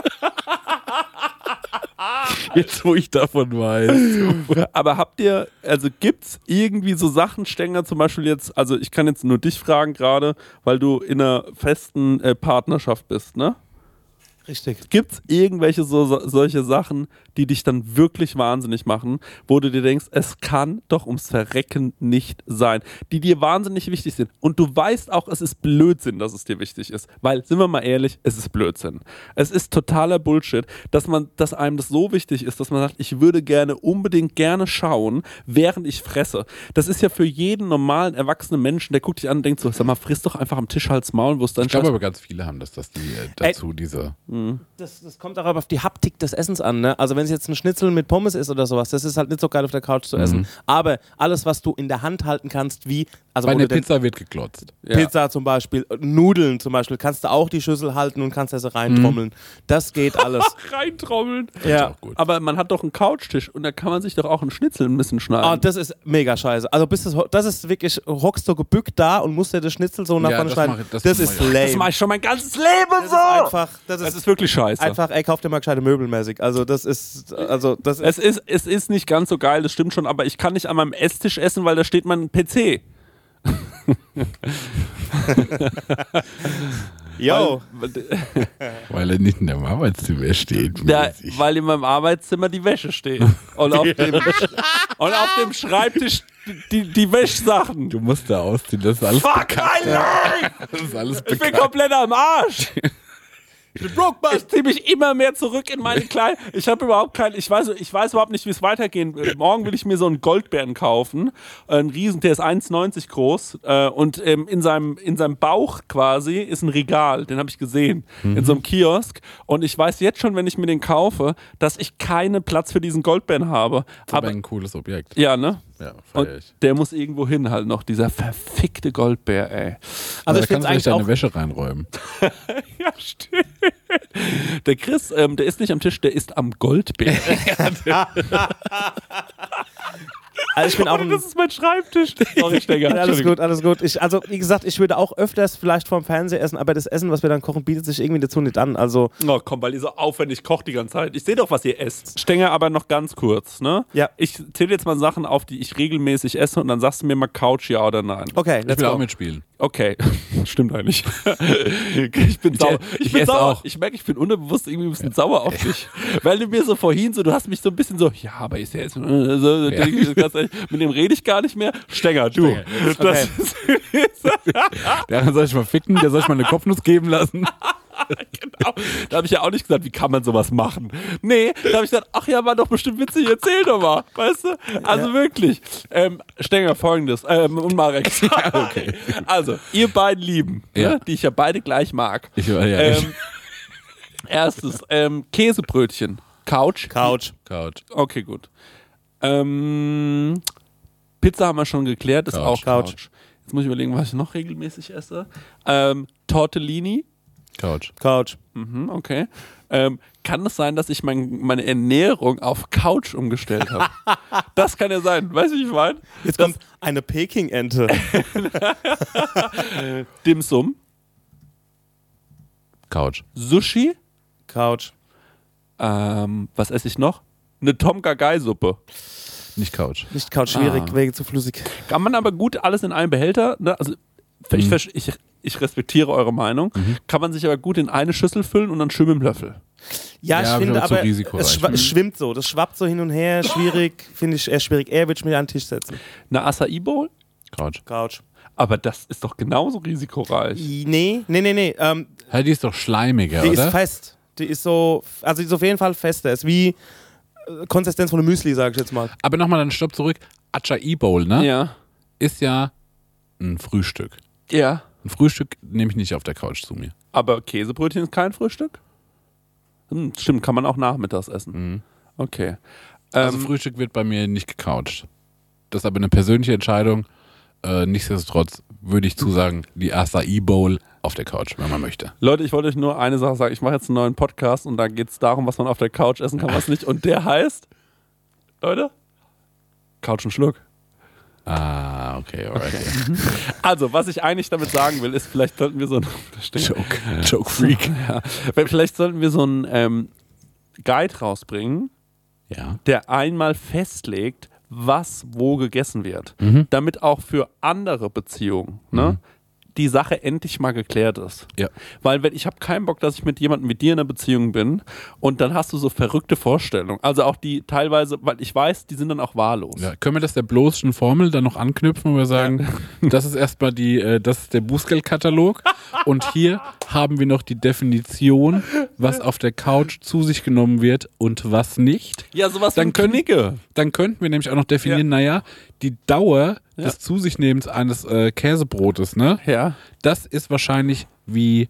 Speaker 3: Jetzt, wo ich davon weiß.
Speaker 2: Aber habt ihr, also gibt's irgendwie so Sachen, Stenger, zum Beispiel jetzt, also ich kann jetzt nur dich fragen gerade, weil du in einer festen äh, Partnerschaft bist, ne?
Speaker 4: Richtig.
Speaker 2: Gibt es irgendwelche so, so, solche Sachen, die dich dann wirklich wahnsinnig machen, wo du dir denkst, es kann doch ums Verrecken nicht sein, die dir wahnsinnig wichtig sind. Und du weißt auch, es ist Blödsinn, dass es dir wichtig ist. Weil, sind wir mal ehrlich, es ist Blödsinn. Es ist totaler Bullshit, dass man, dass einem das so wichtig ist, dass man sagt, ich würde gerne unbedingt gerne schauen, während ich fresse. Das ist ja für jeden normalen, erwachsenen Menschen, der guckt dich an und denkt so, sag mal, friss doch einfach am Tisch Hals Maul, wo es dann
Speaker 3: Ich glaube aber ganz viele haben das, dass die äh, dazu
Speaker 4: Ey.
Speaker 3: diese...
Speaker 4: Das, das kommt auch auf die Haptik des Essens an. Ne? Also wenn es jetzt ein Schnitzel mit Pommes ist oder sowas, das ist halt nicht so geil auf der Couch zu essen. Aber alles, was du in der Hand halten kannst, wie also
Speaker 3: Bei
Speaker 4: wo
Speaker 3: einer
Speaker 4: du den-
Speaker 3: Pizza wird geklotzt.
Speaker 2: Ja.
Speaker 4: Pizza zum Beispiel, Nudeln zum Beispiel, kannst du auch die Schüssel halten und kannst das reintrommeln. Das geht alles.
Speaker 2: reintrommeln.
Speaker 4: ja.
Speaker 3: Auch gut.
Speaker 2: Aber man hat doch einen Couchtisch und da kann man sich doch auch einen Schnitzel ein bisschen schneiden.
Speaker 4: Ah, das ist mega scheiße. Also bis das, das ist wirklich, hockst du gebückt da und musst dir das Schnitzel so nach
Speaker 3: Ja,
Speaker 4: vorne
Speaker 3: das
Speaker 4: schneiden.
Speaker 3: mach ich- das
Speaker 4: das
Speaker 3: mach
Speaker 4: ist
Speaker 3: ich auch.
Speaker 4: lame.
Speaker 2: das mache ich schon mein ganzes Leben
Speaker 4: Das
Speaker 2: so.
Speaker 4: ist einfach, das
Speaker 2: Das
Speaker 4: ist,
Speaker 2: ist wirklich scheiße.
Speaker 4: einfach, ey, kauf dir mal gescheite Möbel mäßig. Also das ist, also das ist,
Speaker 2: Es ist, es ist nicht ganz so geil, das stimmt schon, aber ich kann nicht an meinem Esstisch essen, weil da steht mein P C.
Speaker 4: yo.
Speaker 2: Weil,
Speaker 3: Weil er nicht in der Arbeitszimmer steht.
Speaker 2: da,
Speaker 3: mäßig.
Speaker 2: weil in meinem Arbeitszimmer die Wäsche steht. Und auf, dem, und auf dem Schreibtisch die, die Wäschsachen.
Speaker 3: Du musst da ausziehen, das ist alles
Speaker 2: Fuck,
Speaker 3: bekannt.
Speaker 2: Alter!
Speaker 3: Das ist alles
Speaker 2: Ich bin
Speaker 3: bekannt.
Speaker 2: komplett am Arsch. Ich ziehe mich immer mehr zurück in meine kleinen. Ich habe überhaupt kein. Ich weiß, ich weiß überhaupt nicht, wie es weitergehen will. Morgen will ich mir so einen Goldbären kaufen. Ein Riesen, der ist eins neunzig groß. Äh, und ähm, in, seinem, in seinem Bauch quasi ist ein Regal. Den habe ich gesehen. In so einem Kiosk. Und ich weiß jetzt schon, wenn ich mir den kaufe, dass ich keinen Platz für diesen Goldbären habe.
Speaker 3: Das ist aber
Speaker 2: Aber
Speaker 3: ein cooles Objekt.
Speaker 2: ja, ne?
Speaker 3: Ja,
Speaker 2: Und
Speaker 3: feier ich.
Speaker 2: der muss irgendwo hin halt noch. Dieser verfickte Goldbär, ey.
Speaker 4: Also
Speaker 3: Aber
Speaker 4: ich
Speaker 3: da
Speaker 4: finde es
Speaker 3: kannst du nicht
Speaker 4: eigentlich
Speaker 3: deine
Speaker 4: auch,
Speaker 3: Wäsche reinräumen.
Speaker 2: Ja, stimmt. Der Chris, ähm, der ist nicht am Tisch, der ist am Goldbär.
Speaker 4: also ich bin auch
Speaker 2: Und
Speaker 4: ein,
Speaker 2: das ist mein Schreibtisch. Sorry, Stenger.
Speaker 4: alles
Speaker 2: Entschuldigung.
Speaker 4: gut, alles gut. Ich, also wie gesagt, ich würde auch öfters vielleicht vorm Fernseher essen, aber das Essen, was wir dann kochen, bietet sich irgendwie dazu nicht an. Also
Speaker 2: Oh, komm, weil ihr so aufwendig kocht die ganze Zeit. Ich sehe doch, was ihr esst. Stenger, aber noch ganz kurz, ne?
Speaker 4: Ja.
Speaker 2: Ich zähle jetzt mal Sachen auf, die ich regelmäßig esse und dann sagst du mir mal Couch, ja oder nein.
Speaker 4: okay,
Speaker 3: Ich
Speaker 4: let's
Speaker 3: will auch
Speaker 4: go.
Speaker 3: mitspielen.
Speaker 2: Okay, stimmt eigentlich. Ich bin sauer. Ich,
Speaker 3: ich
Speaker 2: bin
Speaker 3: esse
Speaker 2: sauer.
Speaker 3: auch.
Speaker 2: Ich merke, ich bin unbewusst irgendwie ein bisschen sauer auf dich. Weil du mir so vorhin so, du hast mich so ein bisschen so, ja, aber ist ja jetzt, äh, so,
Speaker 3: Ja.
Speaker 2: ganz ehrlich, mit dem rede ich gar nicht mehr. Stenger, du.
Speaker 3: Stenger.
Speaker 2: Das
Speaker 4: Okay.
Speaker 2: ist,
Speaker 3: Der andere soll ich mal ficken, der soll ich mal eine Kopfnuss geben lassen.
Speaker 2: genau. Da habe ich ja auch nicht gesagt, wie kann man sowas machen? Nee, da habe ich gesagt, ach ja, war doch bestimmt witzig, erzähl doch mal. Weißt du? Also wirklich. Ähm, Stenger, folgendes. Ähm, und Marek.
Speaker 3: okay.
Speaker 2: Also, ihr beiden Lieben,
Speaker 3: Ja.
Speaker 2: ne, die ich ja beide gleich mag.
Speaker 3: Ich, ja, ich,
Speaker 2: Ähm, erstes, ähm, Käsebrötchen. Couch.
Speaker 4: Couch.
Speaker 3: Couch.
Speaker 2: Okay, gut. Ähm, Pizza haben wir schon geklärt, ist
Speaker 3: Couch.
Speaker 2: auch Couch.
Speaker 4: Couch.
Speaker 2: Jetzt muss ich überlegen, was ich noch regelmäßig esse. Ähm, Tortellini.
Speaker 3: Couch.
Speaker 4: Couch.
Speaker 2: Mhm, okay. Ähm, kann es sein, dass ich mein, meine Ernährung auf Couch umgestellt habe? Das kann ja sein. Weißt du, wie ich meine?
Speaker 4: Jetzt
Speaker 2: Das-
Speaker 4: kommt eine Peking-Ente.
Speaker 2: Dim Sum,
Speaker 3: Couch.
Speaker 2: Sushi.
Speaker 4: Couch.
Speaker 2: Ähm, was esse ich noch? Eine Tom Gagai-Suppe.
Speaker 3: Nicht Couch.
Speaker 4: Nicht Couch, schwierig,
Speaker 2: Ah.
Speaker 4: wegen zu flüssig.
Speaker 2: Kann man aber gut alles in einem Behälter, ne? Also ich, versch- ich, ich respektiere eure Meinung, kann man sich aber gut in eine Schüssel füllen und dann schön mit dem Löffel.
Speaker 4: Ja,
Speaker 3: Ja,
Speaker 4: ich
Speaker 3: aber
Speaker 4: finde
Speaker 3: zu
Speaker 4: aber,
Speaker 3: risikoreich.
Speaker 4: es, schwa es schwimmt so, das schwappt so hin und her, schwierig, finde ich eher schwierig. Eher würde ich mich an den Tisch setzen.
Speaker 2: Eine Acai Bowl?
Speaker 3: Couch.
Speaker 4: Couch.
Speaker 2: Aber das ist doch genauso risikoreich.
Speaker 4: I- Nee, nee, nee, nee. Ähm,
Speaker 3: Hey, die ist doch schleimiger,
Speaker 4: die
Speaker 3: oder?
Speaker 4: ist fest. Die ist so, also die ist auf jeden Fall fester. Ist wie äh, Konsistenz von einem Müsli, sage ich jetzt mal.
Speaker 3: Aber nochmal dann Stopp zurück. Acai Bowl, ne?
Speaker 2: Ja.
Speaker 3: Ist ja ein Frühstück.
Speaker 2: Ja.
Speaker 3: Ein Frühstück nehme ich nicht auf der Couch zu mir.
Speaker 2: Aber Käsebrötchen ist kein Frühstück? Hm, stimmt, kann man auch nachmittags essen. Okay.
Speaker 3: Also
Speaker 2: Ähm,
Speaker 3: Frühstück wird bei mir nicht gecoucht. Das ist aber eine persönliche Entscheidung. Äh, nichtsdestotrotz würde ich zusagen, die Acai Bowl auf der Couch, wenn man möchte.
Speaker 2: Leute, ich wollte euch nur eine Sache sagen. Ich mache jetzt einen neuen Podcast und da geht es darum, was man auf der Couch essen kann, was nicht. Und der heißt, Leute, Couch und Schluck.
Speaker 3: Ah, okay, alright.
Speaker 2: Also, was ich eigentlich damit sagen will, ist, vielleicht sollten wir so ein
Speaker 3: Joke. Joke Freak.
Speaker 2: Ja, vielleicht sollten wir so einen ähm, Guide rausbringen,
Speaker 3: Ja.
Speaker 2: der einmal festlegt, was wo gegessen wird.
Speaker 3: Mhm.
Speaker 2: Damit auch für andere Beziehungen, ne, die Sache endlich mal geklärt ist.
Speaker 3: Ja.
Speaker 2: Weil wenn, ich habe keinen Bock, dass ich mit jemandem wie dir in einer Beziehung bin und dann hast du so verrückte Vorstellungen. Also auch die teilweise, weil ich weiß, die sind dann auch wahllos.
Speaker 3: Ja, können wir das der bloßen Formel dann noch anknüpfen, wo wir sagen, das ist erstmal die, äh, das ist der Bußgeldkatalog und hier haben wir noch die Definition, was auf der Couch zu sich genommen wird und was nicht.
Speaker 2: Ja, sowas
Speaker 3: Dann
Speaker 2: wie
Speaker 3: können-
Speaker 2: Knicke.
Speaker 3: Dann könnten wir nämlich auch noch definieren, naja, die Dauer
Speaker 2: Ja.
Speaker 3: des Zu sich Nehmens eines äh, Käsebrotes, ne?
Speaker 2: Ja.
Speaker 3: Das ist wahrscheinlich wie,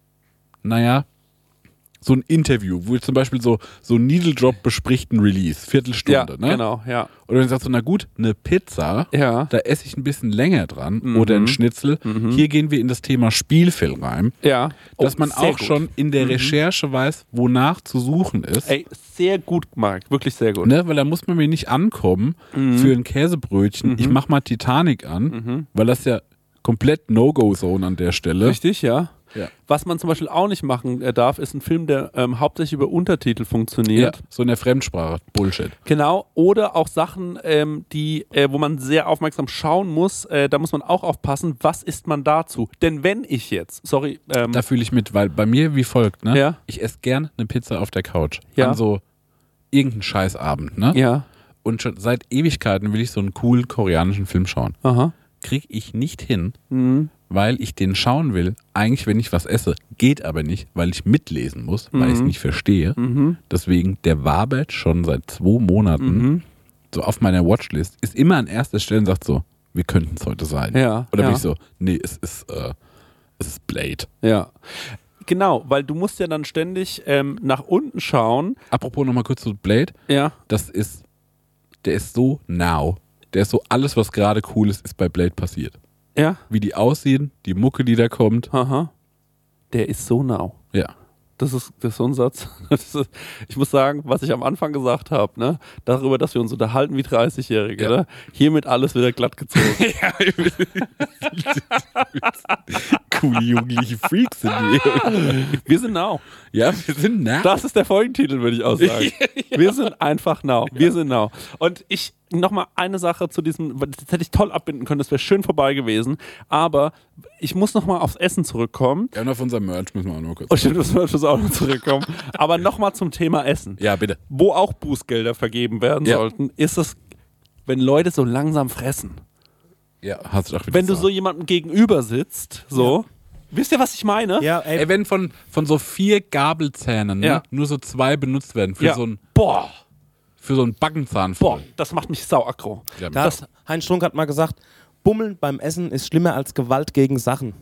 Speaker 3: naja, so ein Interview, wo zum Beispiel so, so ein Needle Drop bespricht ein Release, Viertelstunde,
Speaker 2: Ja,
Speaker 3: ne?
Speaker 2: genau, ja.
Speaker 3: Oder wenn du sagst so, na gut, eine Pizza,
Speaker 2: Ja.
Speaker 3: da esse ich ein bisschen länger dran
Speaker 2: Mhm.
Speaker 3: oder ein Schnitzel. Hier gehen wir in das Thema Spielfilm rein,
Speaker 2: Ja.
Speaker 3: dass
Speaker 2: Oh,
Speaker 3: man
Speaker 2: sehr
Speaker 3: auch
Speaker 2: gut.
Speaker 3: schon in der Recherche weiß, wonach zu suchen ist.
Speaker 2: Ey, sehr gut, Marc. Wirklich sehr gut.
Speaker 3: Ne, weil da muss man mir nicht ankommen
Speaker 2: Mhm.
Speaker 3: für ein Käsebrötchen. Ich mach mal Titanic an,
Speaker 2: Mhm.
Speaker 3: weil das ja komplett No-Go-Zone an der Stelle.
Speaker 2: Richtig, ja.
Speaker 3: Ja.
Speaker 2: Was man zum Beispiel auch nicht machen äh, darf, ist ein Film, der ähm, hauptsächlich über Untertitel
Speaker 3: Ja,
Speaker 2: funktioniert.
Speaker 3: so in der Fremdsprache. Bullshit.
Speaker 2: Genau. Oder auch Sachen, ähm, die, äh, wo man sehr aufmerksam schauen muss. Äh, da muss man auch aufpassen, was isst man dazu? Denn wenn ich jetzt, sorry, ähm,
Speaker 3: Da fühle ich mit, weil bei mir wie folgt, ne?
Speaker 2: Ja.
Speaker 3: Ich esse gern eine Pizza auf der Couch.
Speaker 2: Ja.
Speaker 3: An so irgendeinen Scheißabend, ne?
Speaker 2: ja,
Speaker 3: Und schon seit Ewigkeiten will ich so einen coolen koreanischen Film schauen.
Speaker 2: aha,
Speaker 3: Krieg ich nicht hin,
Speaker 2: mhm.
Speaker 3: weil ich den schauen will, eigentlich wenn ich was esse. Geht aber nicht, weil ich mitlesen muss, weil ich es nicht verstehe.
Speaker 2: Mhm.
Speaker 3: Deswegen, der wabert schon seit zwei Monaten
Speaker 2: Mhm.
Speaker 3: so auf meiner Watchlist, ist immer an erster Stelle und sagt so, wir könnten es heute sein.
Speaker 2: Ja,
Speaker 3: Oder
Speaker 2: ja.
Speaker 3: bin ich so, nee, es ist, äh, es ist Blade.
Speaker 2: ja. Genau, weil du musst ja dann ständig ähm, nach unten schauen.
Speaker 3: Apropos nochmal kurz zu Blade,
Speaker 2: Ja,
Speaker 3: das ist, der ist so now. Der ist so, alles was gerade cool ist, ist bei Blade passiert.
Speaker 2: ja,
Speaker 3: Wie die aussehen, die Mucke, die da kommt.
Speaker 2: aha. Der ist so nah.
Speaker 3: Ja.
Speaker 2: Das ist, das ist so ein Satz. Das ist, ich muss sagen, was ich am Anfang gesagt habe, ne, darüber, dass wir uns unterhalten wie dreißigjährige,
Speaker 3: Ja.
Speaker 2: ne, hiermit alles wieder glatt gezogen.
Speaker 3: Ja, coole jugendliche Freaks sind wir.
Speaker 2: Wir sind now.
Speaker 3: Ja, wir sind nah.
Speaker 2: Das ist der Folgentitel, würde ich auch sagen. Wir sind einfach now. Wir sind now. Und ich, nochmal eine Sache zu diesem, das hätte ich toll abbinden können, das wäre schön vorbei gewesen, aber ich muss nochmal aufs Essen zurückkommen.
Speaker 3: Ja, und auf unser Merch müssen wir auch noch kurz.
Speaker 2: Oh, stimmt, das muss auch noch zurückkommen. Aber nochmal zum Thema Essen.
Speaker 3: Ja, bitte.
Speaker 2: Wo auch Bußgelder vergeben werden
Speaker 3: Ja.
Speaker 2: sollten, ist es, wenn Leute so langsam fressen.
Speaker 3: Ja, hast du doch wieder
Speaker 2: Wenn du
Speaker 3: gesagt.
Speaker 2: so jemandem gegenüber sitzt, so, wisst ihr, was ich meine?
Speaker 4: Ja, ey,
Speaker 3: Ey, wenn von, von so vier Gabelzähnen ne,
Speaker 2: Ja.
Speaker 3: nur so zwei benutzt werden für
Speaker 2: Ja.
Speaker 3: so ein
Speaker 2: Boah,
Speaker 3: für so einen Backenzahn
Speaker 2: boah,
Speaker 3: voll.
Speaker 2: das macht mich sau aggro.
Speaker 3: Ja,
Speaker 4: da
Speaker 2: das-
Speaker 4: hat Heinz Strunk hat mal gesagt, Bummeln beim Essen ist schlimmer als Gewalt gegen Sachen.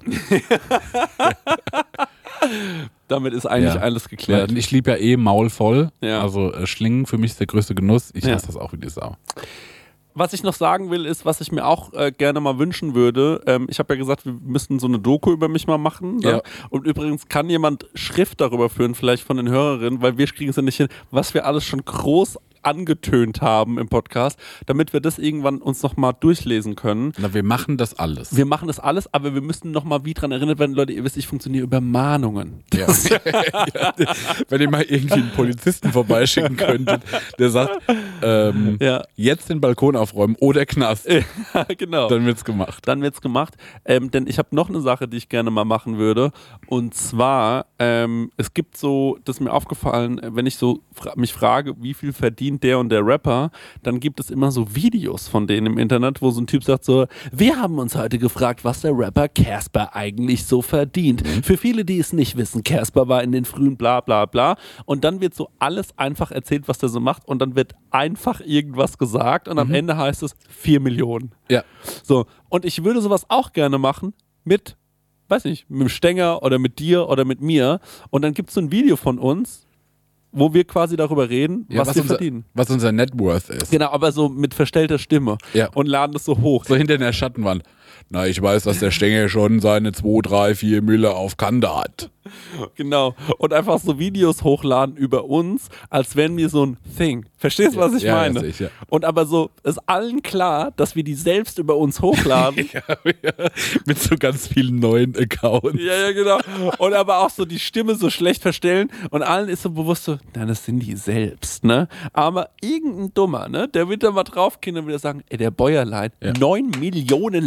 Speaker 2: Damit ist eigentlich
Speaker 3: Ja.
Speaker 2: alles geklärt.
Speaker 3: Ich liebe ja eh Maul voll.
Speaker 2: Ja.
Speaker 3: Also äh, Schlingen für mich ist der größte Genuss. Ich
Speaker 2: Ja.
Speaker 3: hasse das auch wie die Sau.
Speaker 2: Was ich noch sagen will, ist, was ich mir auch äh, gerne mal wünschen würde. Ähm, ich habe ja gesagt, wir müssten so eine Doku über mich mal machen. Ne?
Speaker 3: Ja.
Speaker 2: Und übrigens kann jemand Schrift darüber führen, vielleicht von den Hörerinnen, weil wir kriegen es ja nicht hin, was wir alles schon groß angetönt haben im Podcast, damit wir das irgendwann uns nochmal durchlesen können.
Speaker 3: Na, wir machen das alles.
Speaker 2: Wir machen das alles, aber wir müssen nochmal wie dran erinnert werden, Leute, ihr wisst, ich funktioniere über Mahnungen.
Speaker 3: Ja. Ja. Wenn ihr mal irgendwie einen Polizisten vorbeischicken könntet, der sagt, ähm,
Speaker 2: Ja.
Speaker 3: jetzt den Balkon aufräumen oder Knast,
Speaker 2: Ja, genau.
Speaker 3: dann wird's gemacht.
Speaker 2: Dann wird's gemacht. Ähm, denn ich habe noch eine Sache, die ich gerne mal machen würde. Und zwar, ähm, es gibt so, das ist mir aufgefallen, äh, wenn ich so fra- mich frage, wie viel verdient der und der Rapper, dann gibt es immer so Videos von denen im Internet, wo so ein Typ sagt so, wir haben uns heute gefragt, was der Rapper Casper eigentlich so verdient. Für viele, die es nicht wissen, Casper war in den frühen bla bla bla. Und dann wird so alles einfach erzählt, was der so macht. Und dann wird einfach irgendwas gesagt. Und am Ende heißt es vier Millionen.
Speaker 3: Ja.
Speaker 2: So, und ich würde sowas auch gerne machen mit, weiß nicht, mit dem Stenger oder mit dir oder mit mir. Und dann gibt es so ein Video von uns, wo wir quasi darüber reden,
Speaker 3: Ja,
Speaker 2: was,
Speaker 3: was,
Speaker 2: wir
Speaker 3: unser,
Speaker 2: verdienen.
Speaker 3: was unser Net Worth ist.
Speaker 2: Genau, aber so mit verstellter Stimme.
Speaker 3: Ja.
Speaker 2: Und laden das so hoch.
Speaker 3: So hinter der Schattenwand. Na, ich weiß, dass der Stenger schon seine zwei, drei, vier Mülle auf Kante hat.
Speaker 2: Genau. Und einfach so Videos hochladen über uns, als wären wir so ein Thing. Verstehst du, was ich
Speaker 3: Ja, ja,
Speaker 2: meine?
Speaker 3: sehe ich, ja.
Speaker 2: Und aber so ist allen klar, dass wir die selbst über uns hochladen.
Speaker 3: Ja, ja. Mit so ganz vielen neuen Accounts.
Speaker 2: Ja, ja, genau. Und aber auch so die Stimme so schlecht verstellen und allen ist so bewusst so, nein, das sind die selbst, ne? Aber irgendein Dummer, ne, der wird da mal draufgehen und wieder sagen, ey, der Bäuerlein,
Speaker 3: Ja.
Speaker 2: neun Millionen, leck mich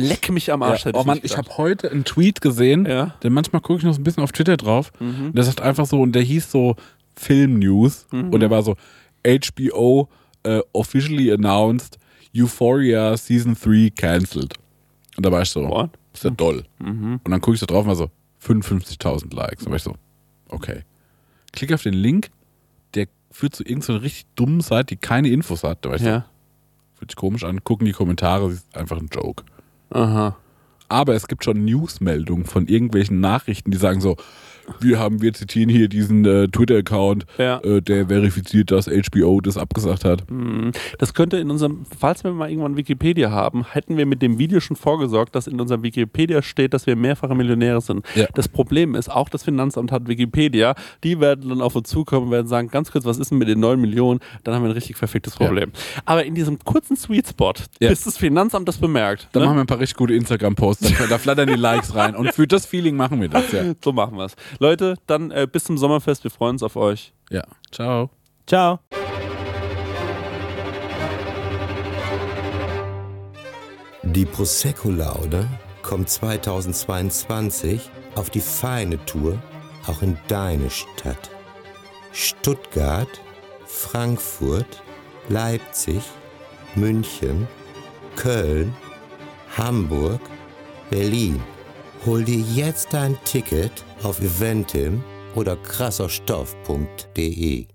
Speaker 2: mich am Arsch.
Speaker 3: Ja.
Speaker 2: Hätte
Speaker 3: Oh
Speaker 2: ich
Speaker 3: Mann,
Speaker 2: nicht
Speaker 3: ich
Speaker 2: gedacht.
Speaker 3: habe heute einen Tweet gesehen,
Speaker 2: Ja.
Speaker 3: denn manchmal gucke ich noch so ein bisschen auf Twitter drauf.
Speaker 2: Mhm.
Speaker 3: Und der sagt einfach so, und der hieß so Film News.
Speaker 2: Mhm.
Speaker 3: Und der war so, H B O uh, officially announced Euphoria Season drei cancelled. Und da war ich so,
Speaker 2: What?
Speaker 3: ist ja doll.
Speaker 2: Mhm.
Speaker 3: Und dann gucke ich da drauf und war so, fünfundfünfzigtausend Likes. Und war ich so, okay. Klick auf den Link, der führt zu irgendeiner so richtig dummen Seite, die keine Infos hat. Da war ich
Speaker 2: Ja.
Speaker 3: so, fühlt sich komisch an, gucken die Kommentare, ist einfach ein Joke.
Speaker 2: Aha.
Speaker 3: Aber es gibt schon Newsmeldungen von irgendwelchen Nachrichten, die sagen so, wir haben, wir zitieren hier diesen äh, Twitter-Account,
Speaker 2: Ja.
Speaker 3: äh, der verifiziert, dass H B O das abgesagt hat.
Speaker 2: Mhm. Das könnte in unserem, falls wir mal irgendwann Wikipedia haben, hätten wir mit dem Video schon vorgesorgt, dass in unserem Wikipedia steht, dass wir mehrfache Millionäre sind.
Speaker 3: Ja.
Speaker 2: Das Problem ist, auch das Finanzamt hat Wikipedia, die werden dann auf uns zukommen und werden sagen, ganz kurz, was ist denn mit den neun Millionen? Dann haben wir ein richtig verficktes Problem. Aber in diesem kurzen Sweet Spot,
Speaker 3: Ja.
Speaker 2: bis das Finanzamt das bemerkt,
Speaker 3: Dann
Speaker 2: ne?
Speaker 3: machen wir ein paar richtig gute Instagram-Posts, da, da flattern die Likes rein. Und für das Feeling machen wir das, ja.
Speaker 2: so machen wir es. Leute, dann äh, bis zum Sommerfest, wir freuen uns auf euch.
Speaker 3: Ja, ciao.
Speaker 4: Ciao.
Speaker 5: Die Prosecco-Laude kommt zweitausendzweiundzwanzig auf die feine Tour auch in deine Stadt. Stuttgart, Frankfurt, Leipzig, München, Köln, Hamburg, Berlin. Hol dir jetzt dein Ticket auf Eventim oder krasserstoff punkt de.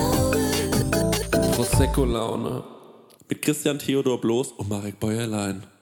Speaker 1: Prosecco-Laune. Mit Christian Theodor Bloß und Marek Bäuerlein.